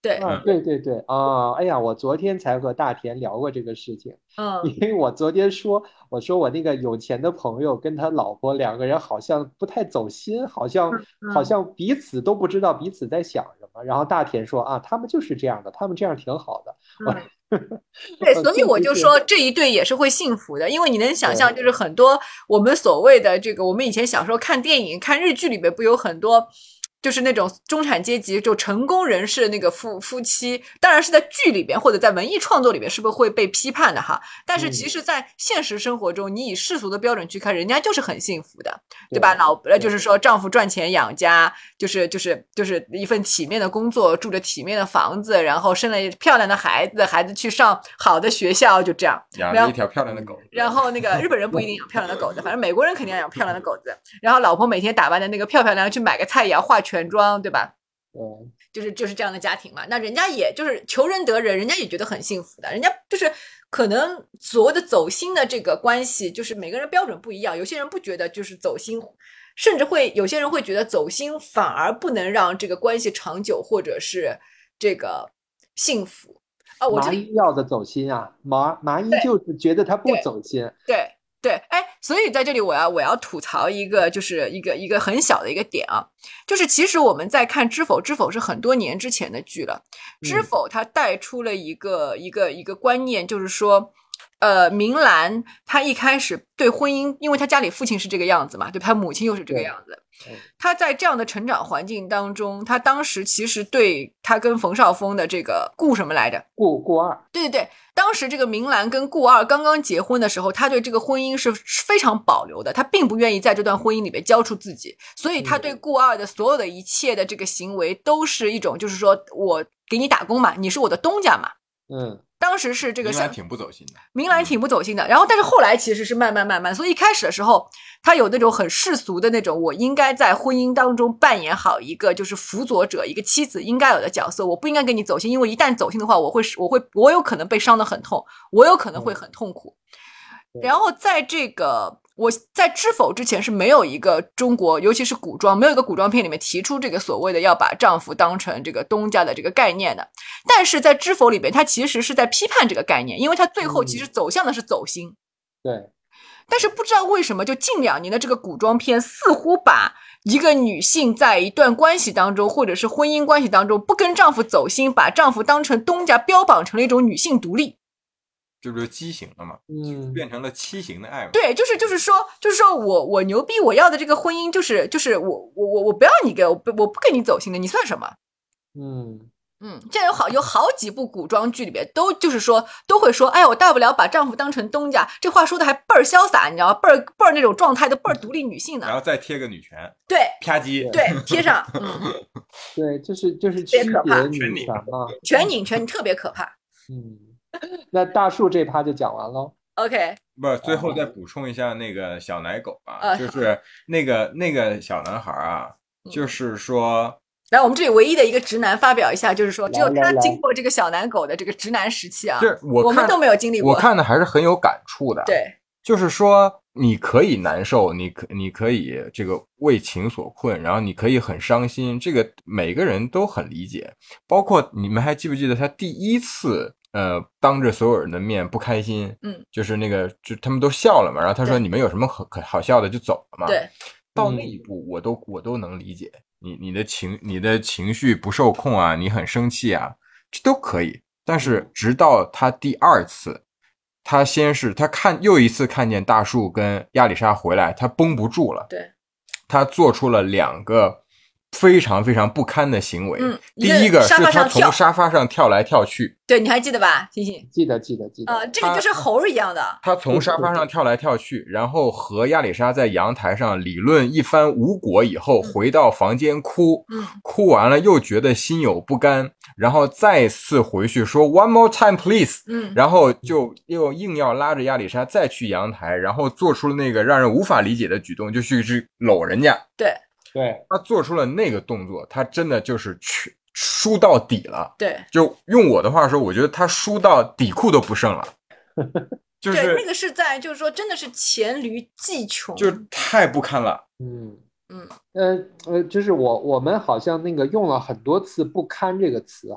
对， 啊，对对对啊，哎呀，我昨天才和大田聊过这个事情， 嗯因为我昨天说，我说我那个有钱的朋友跟他老婆两个人好像不太走心，好像好嗯。 像彼此都不知道彼此在想什么。然后大田说啊，他们就是这样的，他们这样挺好的。我嗯，对， 呃， 所以我确实是， 就说这一对也是会幸福的，因为你能想象， 对就是很多我们所谓的这个，我们以前小时候看电影、看日剧里面，不有很多就是那种中产阶级就成功人士的那个夫夫妻，当然是在剧里边或者在文艺创作里边是不是会被批判的哈？但是其嗯， 实，在现实生活中，你以世俗的标准去看，人家就是很幸福的，对吧？ 对老呃就对， 是说丈夫赚钱养家，就是就是就是一份体面的工作，住着体面的房子，然后生了漂亮的孩子，孩子去上好的学校，就这样。然后养着一条漂亮的狗。 然后那个日本人不一定养漂亮的狗子，反正美国人肯定要养漂亮的狗子。然后老婆每天打扮的那个漂漂亮亮，去买个菜也要化全妆，对吧？ 对， 就是就是这样的家庭嘛。那人家也就是求人得人，人家也觉得很幸福的。人家就是可能所谓的走心的这个关系，就是每个人标准不一样。有些人不觉得就是走心，甚至会有些人会觉得走心反而不能让这个关系长久，或者是这个幸福。啊，我这麻里衣要的走心啊，麻麻衣对就是觉得他不对走心。 对对，哎，所以在这里我要我要吐槽一个，就是一个一个很小的一个点啊，就是其实我们在看《知否》，《知否》是很多年之前的剧了，《知嗯， 否》它带出了一个一个一个观念，就是说。呃，明兰她一开始对婚姻，因为她家里父亲是这个样子嘛，对，她母亲又是这个对， 样子， 嗯， 她在这样的成长环境当中，她当时其实对她跟冯绍峰的这个顾什么来着？ 顾顾二， 对对对，当时这个明兰跟顾二刚刚结婚的时候，她对这个婚姻是非常保留的，她并不愿意在这段婚姻里面交出自己，所以她嗯对顾二的所有的一切的这个行为都是一种，就是说我给你打工嘛，你是我的东家嘛。 嗯当时是这个像明兰挺不走心的。 明兰挺不走心的，然后但是后来其实是慢慢慢慢，所以一开始的时候，他有那种很世俗的那种，我应该在婚姻当中扮演好一个就是辅佐者，一个妻子应该有的角色，我不应该跟你走心，因为一旦走心的话，我会我会我有可能被伤得很痛，我有可能会很痛苦。 对然后在这个我在知否之前是没有一个中国，尤其是古装，没有一个古装片里面提出这个所谓的要把丈夫当成这个东家的这个概念的。但是在知否里边，他其实是在批判这个概念，因为他最后其实走向的是走心。 对， 但是不知道为什么，就近两年的这个古装片，似乎把一个女性在一段关系当中，或者是婚姻关系当中，不跟丈夫走心，把丈夫当成东家，标榜成了一种女性独立。 这不就畸形了吗？ 嗯变成了畸形的爱嘛。 对，就是就是说，就是说我我牛逼，我要的这个婚姻就是就是我我我我不要你给我不我不跟你走心的，你算什么？ 嗯嗯，这样有好有好几部古装剧里边都就是说都会说，哎呀，我大不了把丈夫当成东家，这话说的还倍儿潇洒，你知道吗？倍儿倍儿那种状态都倍儿独立女性呢。 然后再贴个女权， 对啪叽。 对，贴上，嗯， 对，就是就是别可怕区别女权嘛。 全拧全拧特别可怕。 嗯，那大树这趴就讲完喽。 OK， 不，最后再补充一下那个小奶狗吧， 呃就是那个那个小男孩啊，就是说， 然后我们这里唯一的一个直男发表一下，就是说只有他来来来经过这个小奶狗的这个直男时期啊， 这我看我们都没有经历过。 我看的还是很有感触的。， 对， 就是说你可以难受，你可你可以这个为情所困，然后你可以很伤心，这个每个人都很理解。包括你们还记不记得他第一次呃当着所有人的面不开心， 嗯， 就是那个就他们都笑了嘛，然后他说对你们有什么可可好笑的就走了嘛。 对， 到那一步我都我都能理解你你的情你的情绪不受控啊，你很生气啊，这都可以。但是直到他第二次，他先是他看又一次看见大树跟亚里莎回来，他绷不住了， 对， 他做出了两个非常非常不堪的行为。 嗯第一个是沙发上跳他从沙发上跳来跳去， 对，你还记得吧，星星？ 记得记得记得。 啊、这个就是猴儿一样的。 他从沙发上跳来跳去，然后和亚里莎在阳台上理论一番无果以后，回到房间哭， 嗯哭完了又觉得心有不甘，然后再次回去说 one more time please， 嗯， 然后就又硬要拉着亚里莎再去阳台，然后做出了那个让人无法理解的举动，就去去搂人家。 对对， 他做出了那个动作，他真的就是去输到底了。 对就用我的话说，我觉得他输到底裤都不剩了，就对，那是个是在就是说真的是黔驴技穷。 就是太不堪了。 嗯嗯呃呃，就是我我们好像那个用了很多次"不堪"这个词哈，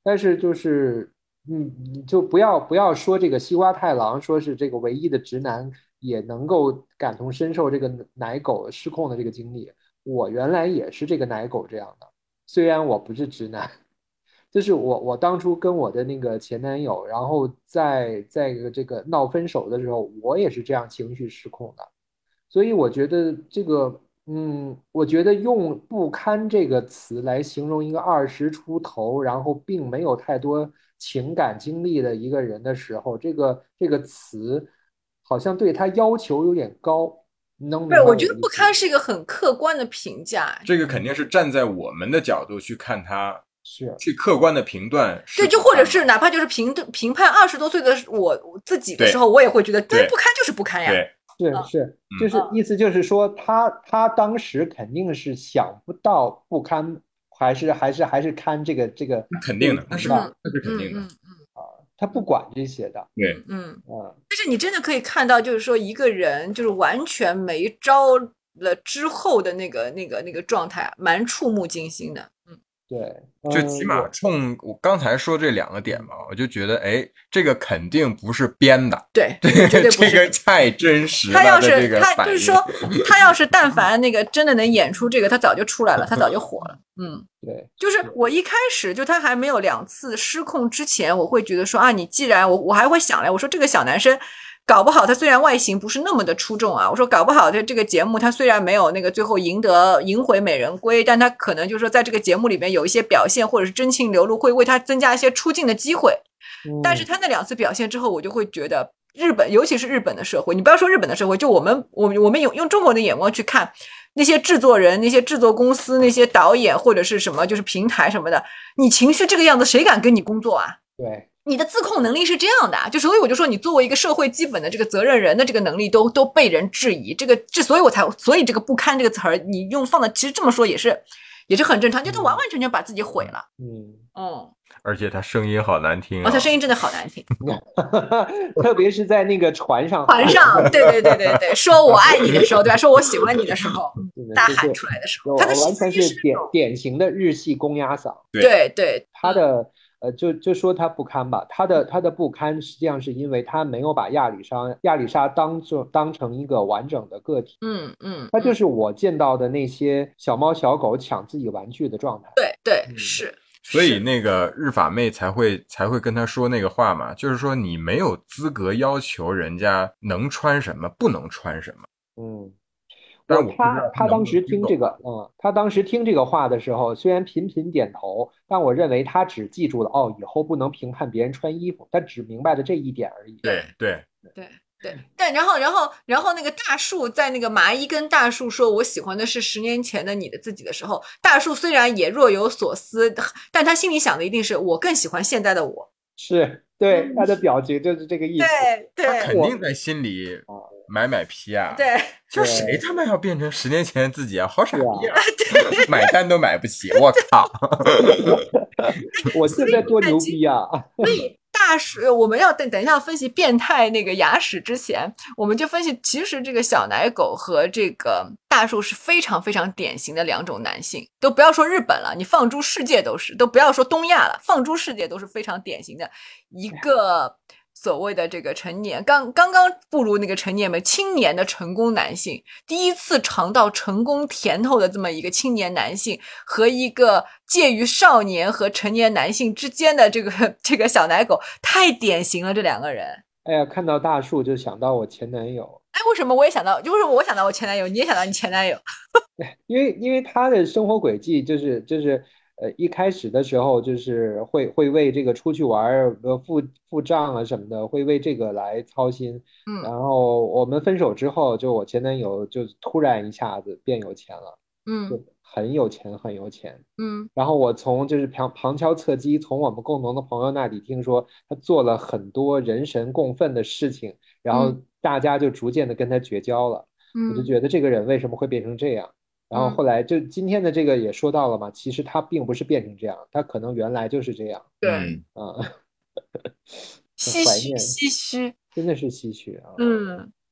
但是就是嗯，你就不要不要说这个西瓜太郎说是这个唯一的直男也能够感同身受这个奶狗失控的这个经历。我原来也是这个奶狗这样的，虽然我不是直男。就是我我当初跟我的那个前男友，然后在在这个闹分手的时候，我也是这样情绪失控的。所以我觉得这个，嗯，我觉得用不堪这个词来形容一个二十出头，然后并没有太多情感经历的一个人的时候，这个这个词好像对他要求有点高。你能对， 明白我觉得不我的意思吗？ 堪是一个很客观的评价。 这个肯定是站在我们的角度去看他， 是， 去客观的评断是对，就不堪嘛。 或者是哪怕就是评评判二十多岁的我我自己的对时候，我也会觉得，对， 对不堪就是不堪呀。 对， 嗯是是，就嗯是意思就是说他他当时肯定是想不到不堪，还是还是还是堪这个这个这一那肯定的，那是层的， 那是肯定的。 嗯嗯他不管这些的。 对， 嗯嗯。 嗯， 但是你真的可以看到，就是说一个人就是完全没招了之后的那个那个那个状态啊，蛮触目惊心的。嗯， 对， 就起码嗯我冲我刚才说这两个点嘛，我就觉得，哎，这个肯定不是编的， 对， 这绝对不这是。 个太真实了。 他要是的这个反应他就是说，他要是但凡那个真的能演出这个，他早就出来了，他早就火了。嗯。 对就是我一开始就他还没有两次失控之前，我会觉得说啊，你既然我我还会想来，我说这个小男生搞不好他虽然外形不是那么的出众啊，我说搞不好他这个节目他虽然没有那个最后赢得赢回美人归，但他可能就是说在这个节目里面有一些表现或者是真情流露，会为他增加一些出镜的机会。但是嗯他那两次表现之后，我就会觉得日本，尤其是日本的社会，你不要说日本的社会，就我们我们我们用用中国的眼光去看那些制作人、那些制作公司、那些导演或者是什么就是平台什么的，你情绪这个样子，谁敢跟你工作啊？ 对你的自控能力是这样的啊，就所以我就说，你作为一个社会基本的这个责任人的这个能力都都被人质疑，这个之所以我才所以这个不堪这个词儿，你用放的其实这么说也是也是很正常，就他完完全全把自己毁了。 嗯， 嗯， 而且他声音好难听哦， 啊， 他声音真的好难听。 特别是在那个船上， 船上，对对对对对，说我爱你的时候，对吧？说我喜欢你的时候， 真的大就是喊出来的时候， 就他的完全是典是典型的日系公鸭嗓。 对对， 他的呃，就就说他不堪吧，他的他的不堪实际上是因为他没有把亚里莎亚里莎当做当成一个完整的个体， 嗯嗯， 他就嗯是我见到的那些小猫小狗抢自己玩具的状态。 对对嗯是， 所以是那个日法妹才会才会跟他说那个话嘛，就是说你没有资格要求人家能穿什么，不能穿什么。 嗯。 但我我不知道他他当能不能时听这个， 听懂啊。 嗯，他当时听这个话的时候，虽然频频点头，但我认为他只记住了哦，以后不能评判别人穿衣服，他只明白了这一点而已。 对对， 对对，但然后然后然后那个大树在那个麻衣跟大树说我喜欢的是十年前的你的自己的时候，大树虽然也若有所思，但他心里想的一定是我更喜欢现在的我。 是，对，他的表情就是这个意思。 对他对肯定在心里买买皮啊。 对， 就谁他妈要变成十年前的自己啊？好傻逼啊！买单都买不起，我靠！ 我现在多牛逼啊！ 所以大树，我们要等等一下分析变态那个牙齿之前，我们就分析，其实这个小奶狗和这个大树是非常非常典型的两种男性，都不要说日本了，你放诸世界都是，都不要说东亚了，放诸世界都是非常典型的一个所谓的这个成年，刚刚刚步入那个成年嘛，青年的成功男性，第一次尝到成功甜头的这么一个青年男性，和一个介于少年和成年男性之间的这个这个小奶狗，太典型了，这两个人。 哎呀，看到大树就想到我前男友， 哎，为什么我也想到？就为什么我想到我前男友，你也想到你前男友？ 因为因为他的生活轨迹就是就是呃一开始的时候就是会会为这个出去玩儿呃付付账啊什么的，会为这个来操心。然嗯后我们分手之后，就我前男友就突然一下子变有钱了， 嗯就很有钱很有钱。 嗯然后我从就是旁旁敲侧击，从我们共同的朋友那里听说他做了很多人神共愤的事情，然后嗯大家就逐渐的跟他绝交了。我就嗯觉得这个人为什么会变成这样？然后嗯， 后来就今天的这个也说到了嘛，其实他并不是变成这样，他可能原来就是这样对， 嗯， 啊，很唏嘘怀念， 唏嘘。 真的是唏嘘啊。 嗯，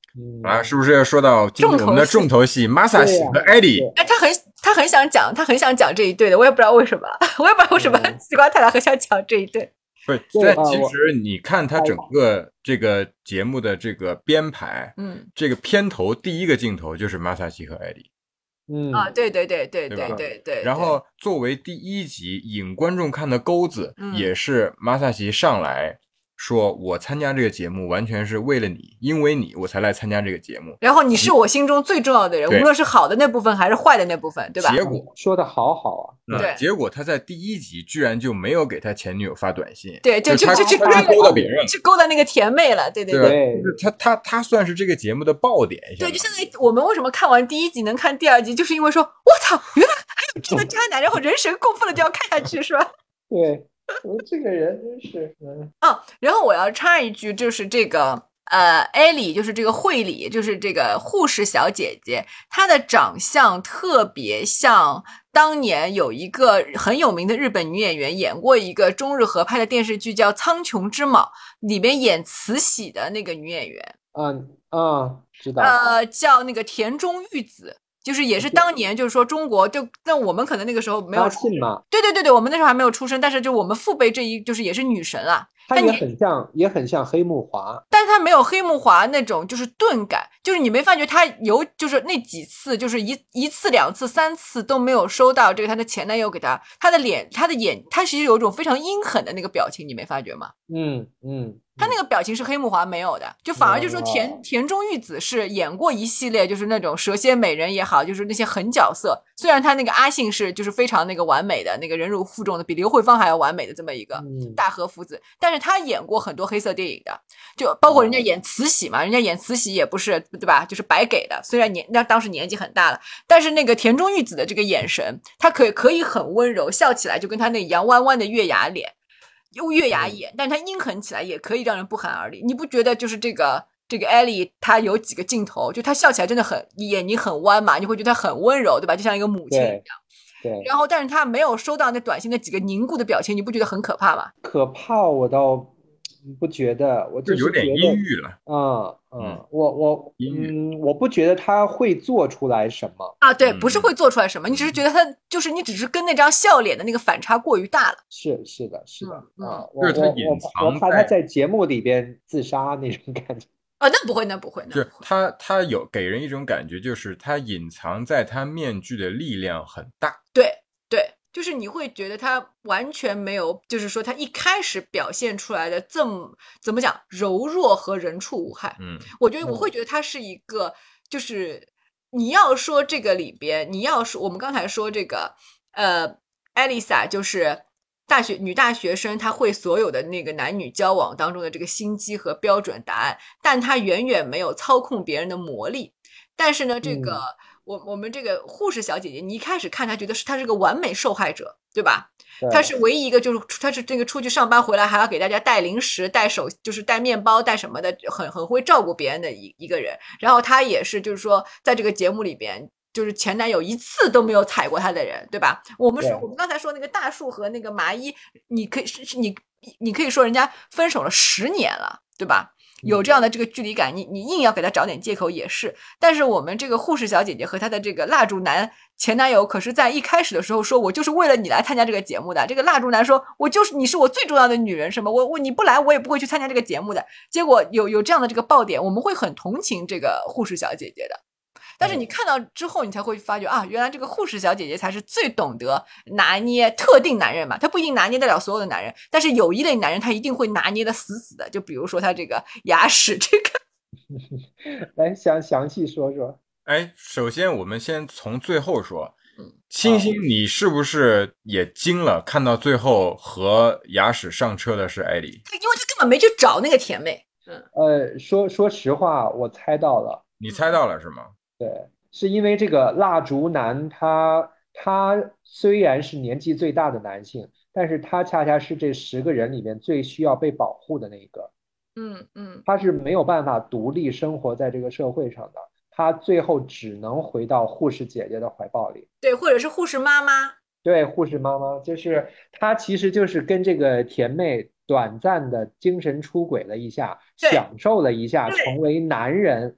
嗯啊，是不是要说到今天重头戏我们的重头戏 Masashi 和艾莉？ 对哎，他很他很想讲，他很想讲这一对的，我也不知道为什么，我也不知道为什么嗯西瓜太太很想讲这一对。 不是， 对啊我但其实你看它整个这个节目的这个编排， 嗯这个片头第一个镜头就是 Masashi 和艾莉， 嗯啊，对对对对对对吧对对。 然后作为第一集引观众看的钩子， 嗯也是 Masashi 上来说，我参加这个节目完全是为了你，因为你我才来参加这个节目。 然后你是我心中最重要的人， 对无论是好的那部分还是坏的那部分，对吧？ 结果， 说的好好啊， 嗯对结果他在第一集居然就没有给他前女友发短信， 对，就就他就就去他去勾搭别人了， 去勾搭那个甜妹了，对对对吧？ 对就是他他他算是这个节目的爆点， 对，就相当于相当于我们为什么看完第一集能看第二集，就是因为说，我操，原来还有这个渣男，然后人神共愤的就要看下去，是吧？ 对，我这个人真是，嗯啊，然后我要插一句，就是这个呃，艾莉，就是这个惠理，就是这个护士小姐姐，她的长相特别像当年有一个很有名的日本女演员演过一个中日合拍的电视剧叫《苍穹之卯》，里面演慈禧的那个女演员， 啊啊，知道， 呃，叫那个田中裕子。就是也是当年，就是说中国就，但我们可能那个时候没有阿出信嘛， 对对对对，我们那时候还没有出生，但是就我们父辈这一就是也是女神啦。 他也但你很像，也很像黑木华， 但是他没有黑木华那种就是钝感，就是你没发觉他有就是那几次就是一一次两次三次都没有收到这个他的前男友给他他的脸他的眼他其实有一种非常阴狠的那个表情，你没发觉吗？ 嗯嗯， 他那个表情是黑木华没有的，就反而就说田哦田中裕子是演过一系列就是那种蛇蝎美人也好，就是那些狠角色。虽然他那个阿信是就是非常那个完美的那个人如负重的，比刘慧芳还要完美的这么一个嗯大和夫子，但是他演过很多黑色电影的，就包括人家演慈禧嘛，人家演慈禧也不是对吧，就是白给的。虽然年那当时年纪很大了，但是那个田中裕子的这个眼神，他可以可以很温柔，笑起来就跟他那杨弯弯的月牙脸。又月牙眼，但是他阴狠起来也可以让人不寒而栗。你不觉得就是这个这个艾莉，她有几个镜头，就她笑起来真的很眼睛很弯嘛，你会觉得她很温柔，对吧？就像一个母亲一样。 对， 然后，但是她没有收到那短信那几个凝固的表情，你不觉得很可怕吗？ 可怕我倒不觉得，我就有点就是觉得阴郁了。 嗯嗯嗯，我我阴郁嗯，我不觉得他会做出来什么， 啊，对， 嗯不是会做出来什么，你只是觉得她就是你只是跟那张笑脸的那个反差过于大了。 是是的，是的嗯啊， 就我我是他隐我我藏在怕他在节目里边自杀那种感觉， 啊，那不会，那不会，那就是不会。 他他有给人一种感觉，就是他隐藏在他面具的力量很大。 对对，就是你会觉得他完全没有，就是说他一开始表现出来的这么怎么讲柔弱和人畜无害。 嗯我觉得我会觉得他是一个，就是你要说这个里边，你要说我们刚才说这个，呃，艾丽莎就是大学女大学生，她会所有的那个男女交往当中的这个心机和标准答案，但她远远没有操控别人的魔力。但是呢，这个、 嗯我我们这个护士小姐姐，你一开始看她觉得是她是个完美受害者，对吧？ 对她是唯一一个，就是她是这个出去上班回来还要给大家带零食、带手，就是带面包、带什么的，很很会照顾别人的一一个人。然后她也是，就是说在这个节目里边，就是前男友一次都没有踩过她的人，对吧？我们说对我们刚才说那个大树和那个麻衣，你可以是是你你可以说人家分手了十年了，对吧？有这样的这个距离感，你你硬要给他找点借口也是。但是我们这个护士小姐姐和她的这个蜡烛男前男友，可是在一开始的时候说，我就是为了你来参加这个节目的。这个蜡烛男说，我就是你是我最重要的女人，什么我我你不来我也不会去参加这个节目的。结果有有这样的这个爆点，我们会很同情这个护士小姐姐的。但是你看到之后，你才会发觉啊，原来这个护士小姐姐才是最懂得拿捏特定男人嘛。她不一定拿捏得了所有的男人，但是有一类男人，她一定会拿捏的死死的。就比如说她这个牙齿，这个来详详细说说， 哎，首先我们先从最后说， 嗯星星，你是不是也惊了？看到最后和牙齿上车的是艾莉， 因为她根本没去找那个甜妹。嗯， 呃，说说实话，我猜到了。 你猜到了是吗？ 对，是因为这个蜡烛男他他虽然是年纪最大的男性，但是他恰恰是这十个人里面最需要被保护的那一个， 嗯嗯， 他是没有办法独立生活在这个社会上的，他最后只能回到护士姐姐的怀抱里。 对，或者是护士妈妈。 对，护士妈妈就是她，其实就是跟这个甜妹短暂的精神出轨了一下， 对享受了一下对成为男人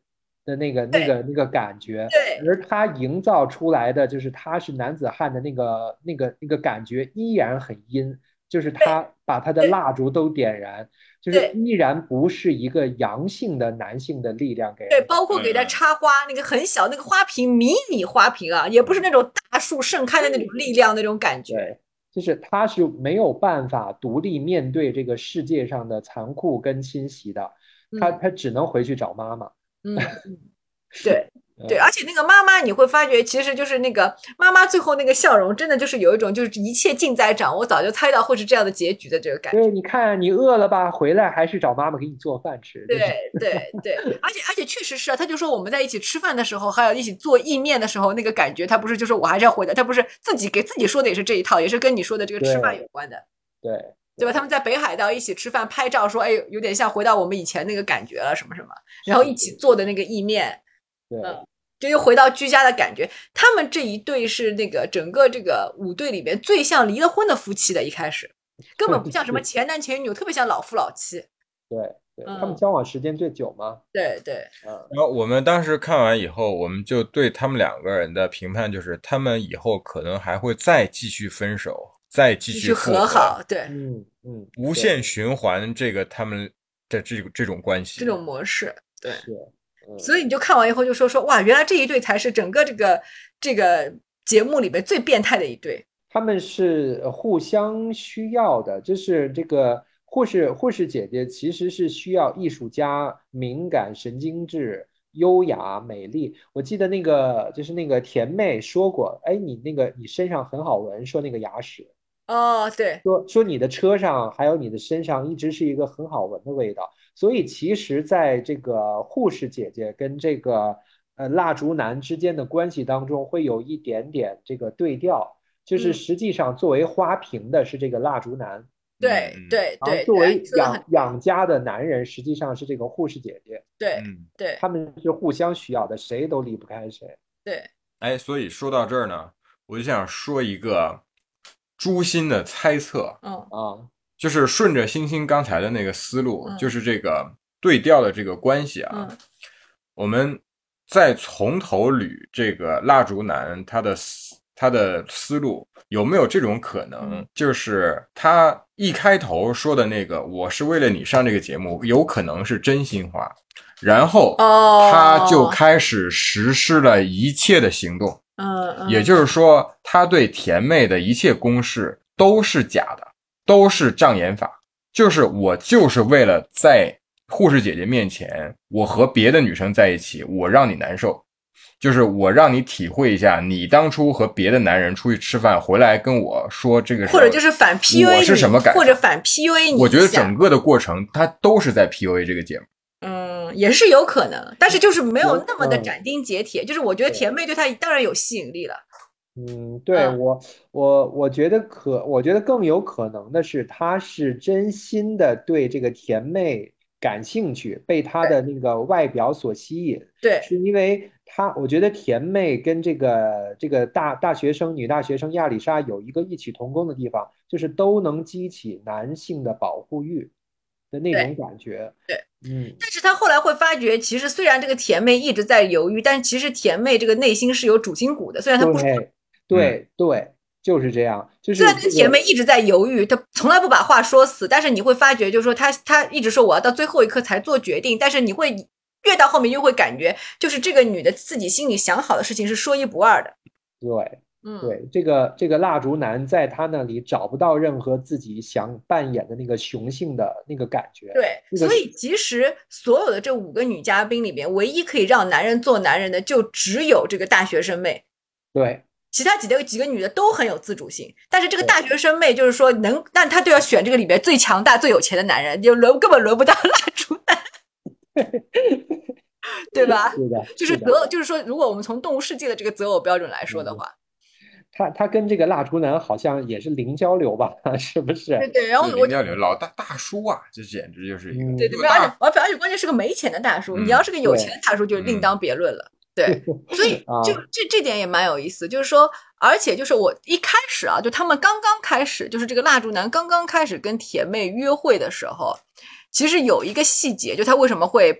的那个那个那个感觉， 对而他营造出来的就是他是男子汉的那个那个那个感觉依然很阴，就是他把他的对蜡烛都点燃，就是对依然不是一个阳性的男性的力量给对， 人。 包括给它插花，那个很小那个花瓶，迷你花瓶啊，也不是那种大树盛开的那种力量那种感觉。 对，就是他是没有办法独立面对这个世界上的残酷跟侵袭的，他嗯他只能回去找妈妈。 嗯嗯，对。对， 嗯而且那个妈妈，你会发觉，其实就是那个妈妈最后那个笑容，真的就是有一种就是一切尽在掌握，早就猜到会是这样的结局的这个感觉。 对，你看你饿了吧，回来还是找妈妈给你做饭吃。就是对对对，而且而且确实是啊，他就说我们在一起吃饭的时候，还有一起做意面的时候，那个感觉，他不是就说我还是要回来，他不是自己给自己说的也是这一套，也是跟你说的这个吃饭有关的， 对对吧？他们在北海道一起吃饭拍照，说哎，有点像回到我们以前那个感觉了，什么什么，然后一起做的那个意面， 对， 嗯，就又回到居家的感觉。他们这一对是那个整个这个五对里面最像离了婚的夫妻的，一开始根本不像什么前男前女，特别像老夫老妻。 对对， 嗯他们交往时间最久吗？ 对对， 嗯， 然后我们当时看完以后，我们就对他们两个人的评判就是，他们以后可能还会再继续分手，再继继续续复和好，对嗯嗯， 无限循环这个他们的这这种关系， 这种模式，对。 是，嗯， 所以你就看完以后就说说哇，原来这一对才是整个这个这个节目里面最变态的一对。 他们是呃互相需要的，就是这个护士护士姐姐其实是需要艺术家，敏感、神经质、优雅、美丽。我记得那个就是那个甜妹说过，哎，你那个你身上很好闻，说那个牙齿。 哦，对说说你的车上还有你的身上一直是一个很好闻的味道，所以其实在这个护士姐姐跟这个呃蜡烛男之间的关系当中，会有一点点这个对调，就是嗯实际上作为花瓶的是这个蜡烛男， 对嗯然后对对， 作为哎你说的很养养家的男人实际上是这个护士姐姐， 对嗯， 对他们是互相需要的，谁都离不开谁。 对， 哎，所以说到这儿呢，我就想说一个诛心的猜测， 嗯啊， 就是顺着星星刚才的那个思路， 嗯就是这个对调的这个关系啊， 嗯我们再从头捋这个蜡烛男他的思他的思路，有没有这种可能， 嗯就是他一开头说的那个我是为了你上这个节目，有可能是真心话，然后哦， 他就开始实施了一切的行动， 嗯嗯， 也就是说，他对甜妹的一切攻势都是假的，都是障眼法。就是我就是为了在护士姐姐面前，我和别的女生在一起，我让你难受，就是我让你体会一下，你当初和别的男人出去吃饭回来跟我说这个时候， 或者就是反 P U A 我是什么感受， 或者反 P U A 你一下， 我觉得整个的过程，他都是在 P U A 这个节目。 嗯，也是有可能，但是就是没有那么的嗯斩钉截铁。就是我觉得甜妹对他当然有吸引力了。 嗯，对， 嗯我我我觉得可，我觉得更有可能的是，他是真心的对这个甜妹感兴趣，被她的那个外表所吸引， 对是因为他，我觉得甜妹跟这个这个大大学生女大学生亚里莎有一个异曲同工的地方，就是都能激起男性的保护欲的那种感觉。 对， 嗯， 但是他后来会发觉，其实虽然这个甜妹一直在犹豫，但其实甜妹这个内心是有主心骨的。虽然她不说， 对对对，就是这样，就是虽然这这个甜妹个。 一直在犹豫，她从来不把话说死，但是你会发觉，就是说她她一直说我要到最后一刻才做决定，但是你会越到后面越会感觉，就是这个女的自己心里想好的事情是说一不二的。 对。 嗯， 对，这个这个蜡烛男在他那里找不到任何自己想扮演的那个雄性的那个感觉。 对， 那个所以其实所有的这五个女嘉宾里面，唯一可以让男人做男人的，就只有这个大学生妹。 对其他几个几个女的都很有自主性，但是这个对大学生妹就是说能，但她就要选这个里边最强大、最有钱的男人，就轮根本轮不到蜡烛男，对吧？ 是的，的。 就是择，就是说，如果我们从动物世界的这个择偶标准来说的话， 他他跟这个蜡烛男好像也是零交流吧？是不是？ 对对，然后这我林家里老大大叔啊，这简直就是一个嗯对对，而且而且而且关键是个没钱的大叔， 嗯你要是个有钱的大叔就另当别论了。对，所以啊， 就这这点也蛮有意思，就是说，而且就是我一开始啊，就他们刚刚开始，就是这个蜡烛男刚刚开始跟甜妹约会的时候，其实有一个细节，就他为什么会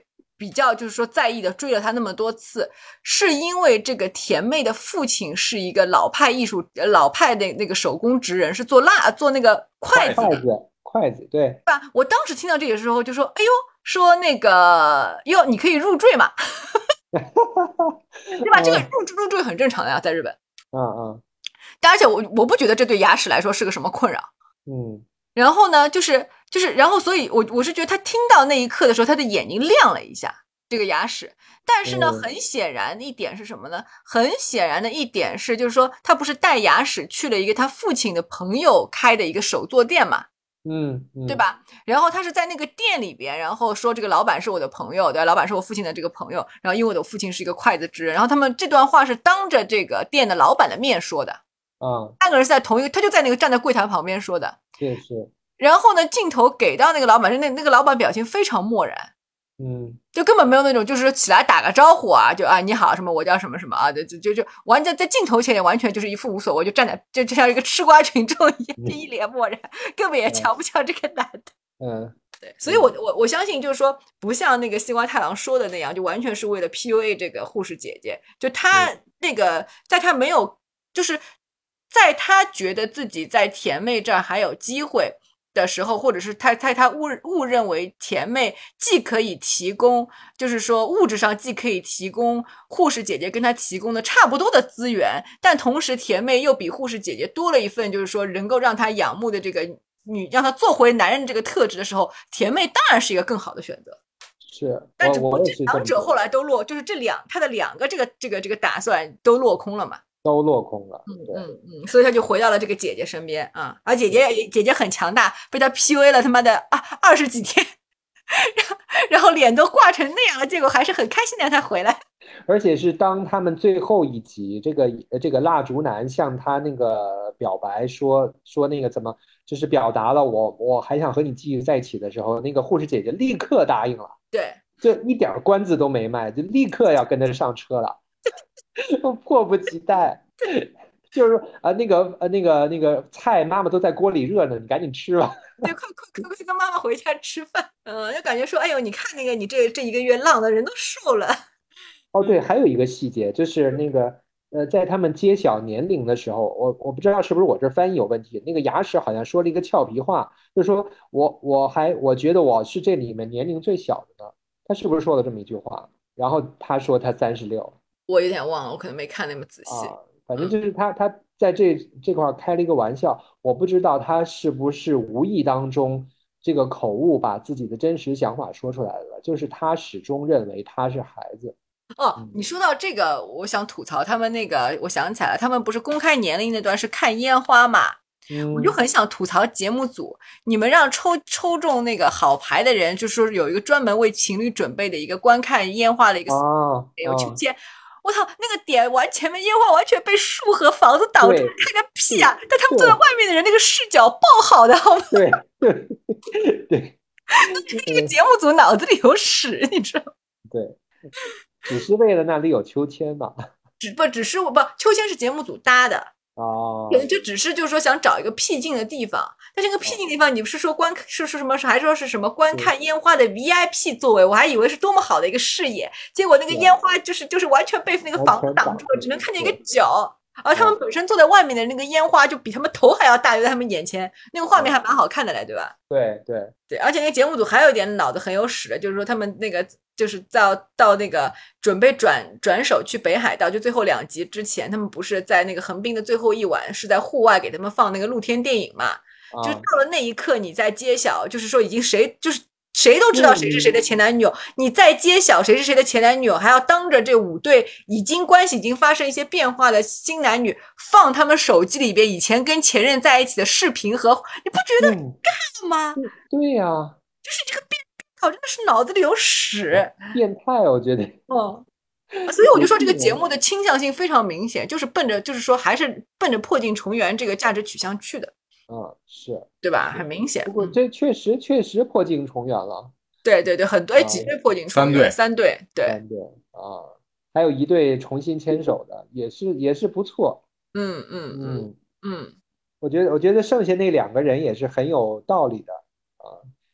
比较就是说在意的追了他那么多次，是因为这个甜妹的父亲是一个老派艺术老派的那个手工职人，是做蜡做那个筷子的。 筷子，筷子，对。 吧？我当时听到这个时候就说：“哎呦，说那个哟，你可以入赘嘛，对吧？这个入入赘很正常的呀，在日本。 嗯嗯。 而且我我不觉得这对牙齿来说是个什么困扰。 嗯。 然后呢，就是就是，然后所以我我是觉得他听到那一刻的时候，他的眼睛亮了一下，这个牙齿。但是呢， 嗯很显然的一点是什么呢？很显然的一点是，就是说他不是带牙齿去了一个他父亲的朋友开的一个手作店嘛。 嗯嗯， 对吧？然后他是在那个店里边，然后说这个老板是我的朋友，对吧？老板是我父亲的这个朋友，然后因为我的父亲是一个筷子职人，然后他们这段话是当着这个店的老板的面说的。 啊， 三个人是在同一个，他就在那个站在柜台旁边说的。 是是。 然后呢，镜头给到那个老板，那那个老板表情非常漠然。 嗯， 就根本没有那种就是起来打个招呼啊，就啊你好什么我叫什么什么啊，就就就完全在镜头前也完全就是一副无所谓，就站在就就像一个吃瓜群众一样，一脸漠然，根本也瞧不起这个男的。 嗯， 对，所以我我我相信就是说，不像那个西瓜太郎说的那样，就完全是为了 P U A 这个护士姐姐，就他那个在他没有就是在他觉得自己在甜妹这儿还有机会的时候，或者是他在他误误认为甜妹既可以提供，就是说物质上既可以提供护士姐姐跟他提供的差不多的资源，但同时甜妹又比护士姐姐多了一份，就是说能够让他仰慕的这个女，让他做回男人这个特质的时候，甜妹当然是一个更好的选择。 是， 但只不过这两者后来都落，就是这两他的两个这个这个这个打算都落空了嘛。 都落空了。 嗯嗯嗯，所以他就回到了这个姐姐身边啊，而姐姐姐姐很强大，被他 P U A 了他妈的啊二十几天，然后然后脸都挂成那样了，结果还是很开心的让他回来。 而且是当他们最后一集，这个这个蜡烛男向他那个表白说说那个怎么，就是表达了我我还想和你继续在一起的时候，那个护士姐姐立刻答应了。 对， 就一点关子都没卖，就立刻要跟他上车了。我迫不及待，就是说啊，那个呃，那个那个菜，妈妈都在锅里热呢，你赶紧吃吧。 对，快快快快跟妈妈回家吃饭。嗯，就感觉说，哎呦，你看那个你这这一个月浪的人都瘦了。 哦，对，还有一个细节就是那个呃，在他们揭晓年龄的时候，我我不知道是不是我这翻译有问题，那个牙齿好像说了一个俏皮话，就是说我我还我觉得我是这里面年龄最小的呢，他是不是说了这么一句话？然后他说他三十六。 我有点忘了，我可能没看那么仔细。 啊，反正就是他他在这这块开了一个玩笑，我不知道他是不是无意当中这个口误把自己的真实想法说出来了，就是他始终认为他是孩子。 哦，你说到这个，我想吐槽他们那个，我想起来了，他们不是公开年龄那段是看烟花嘛？ 嗯， 我就很想吐槽节目组，你们让抽抽中那个好牌的人，就是说有一个专门为情侣准备的一个观看烟花的一个啊， 有秋千。我操，那个点完前面烟花完全被树和房子挡住，看个屁啊！但他们坐在外面的人那个视角爆好的，好吗？ 对对对， 那个节目组脑子里有屎，你知道吗？ 对，只是为了那里有秋千嘛。 只不只是我不秋千是节目组搭的。 哦， 可能就只是就是说想找一个僻静的地方，但这个僻静地方你不是说观是是什么，还说是什么观看烟花的 V I P 座位，我还以为是多么好的一个视野，结果那个烟花就是就是完全被那个房子挡住了，只能看见一个角，而他们本身坐在外面的那个烟花就比他们头还要大，就在他们眼前，那个画面还蛮好看的嘞，对吧？ 对对对，而且那个节目组还有一点脑子很有屎的，就是说他们那个就是到到那个准备转转手去北海道，就最后两集之前，他们不是在那个横滨的最后一晚是在户外给他们放那个露天电影嘛？ 啊， 就到了那一刻，你在揭晓，就是说已经谁就是谁都知道谁是谁的前男女友，你在揭晓谁是谁的前男女友，还要当着这五对已经关系已经发生一些变化的新男女放他们手机里边以前跟前任在一起的视频和，你不觉得干吗？ 嗯、对呀、啊， 就是这个变态真的是脑子里有屎， 变态，我觉得。 嗯。所以我就说这个节目的倾向性非常明显，就是奔着就是说还是奔着破镜重圆这个价值取向去的。 嗯，是对吧？很明显。 不过这确实、嗯、确实破镜重圆了。 对对对，很多哎，几对破镜重圆，三对，对， 三对啊，还有一对重新牵手的，也是也是不错。 嗯嗯嗯嗯， 我觉得我觉得剩下那两个人也是很有道理的啊。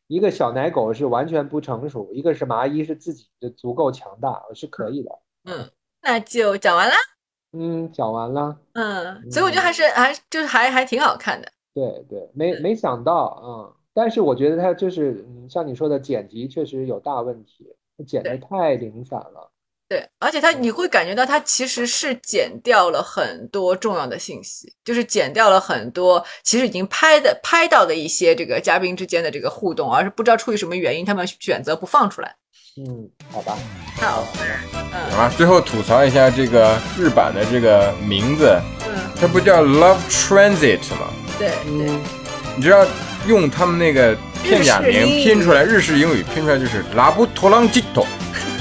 一个小奶狗是完全不成熟，一个是麻衣是自己的足够强大，是可以的。 嗯，那就讲完了。 嗯，讲完了。 嗯，所以我觉得还是还就是还还挺好看的。 对对，没没想到啊、嗯，但是我觉得它就是嗯，像你说的剪辑确实有大问题，剪得对太零散了。 对，而且它你会感觉到它其实是剪掉了很多重要的信息，就是剪掉了很多其实已经拍的拍到的一些这个嘉宾之间的这个互动，而是不知道出于什么原因他们选择不放出来。 嗯，好吧。 好， 好吧，最后吐槽一下这个日版的这个名字， 嗯， 它不叫 Love Transit 吗？ 对对， 嗯， 你知道用他们那个片假名拼出来，日式英语拼出来就是拉布托朗吉托。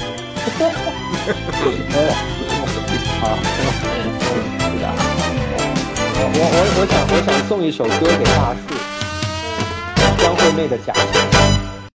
好，我我我想我想送一首歌给大树，张惠妹的《假象》。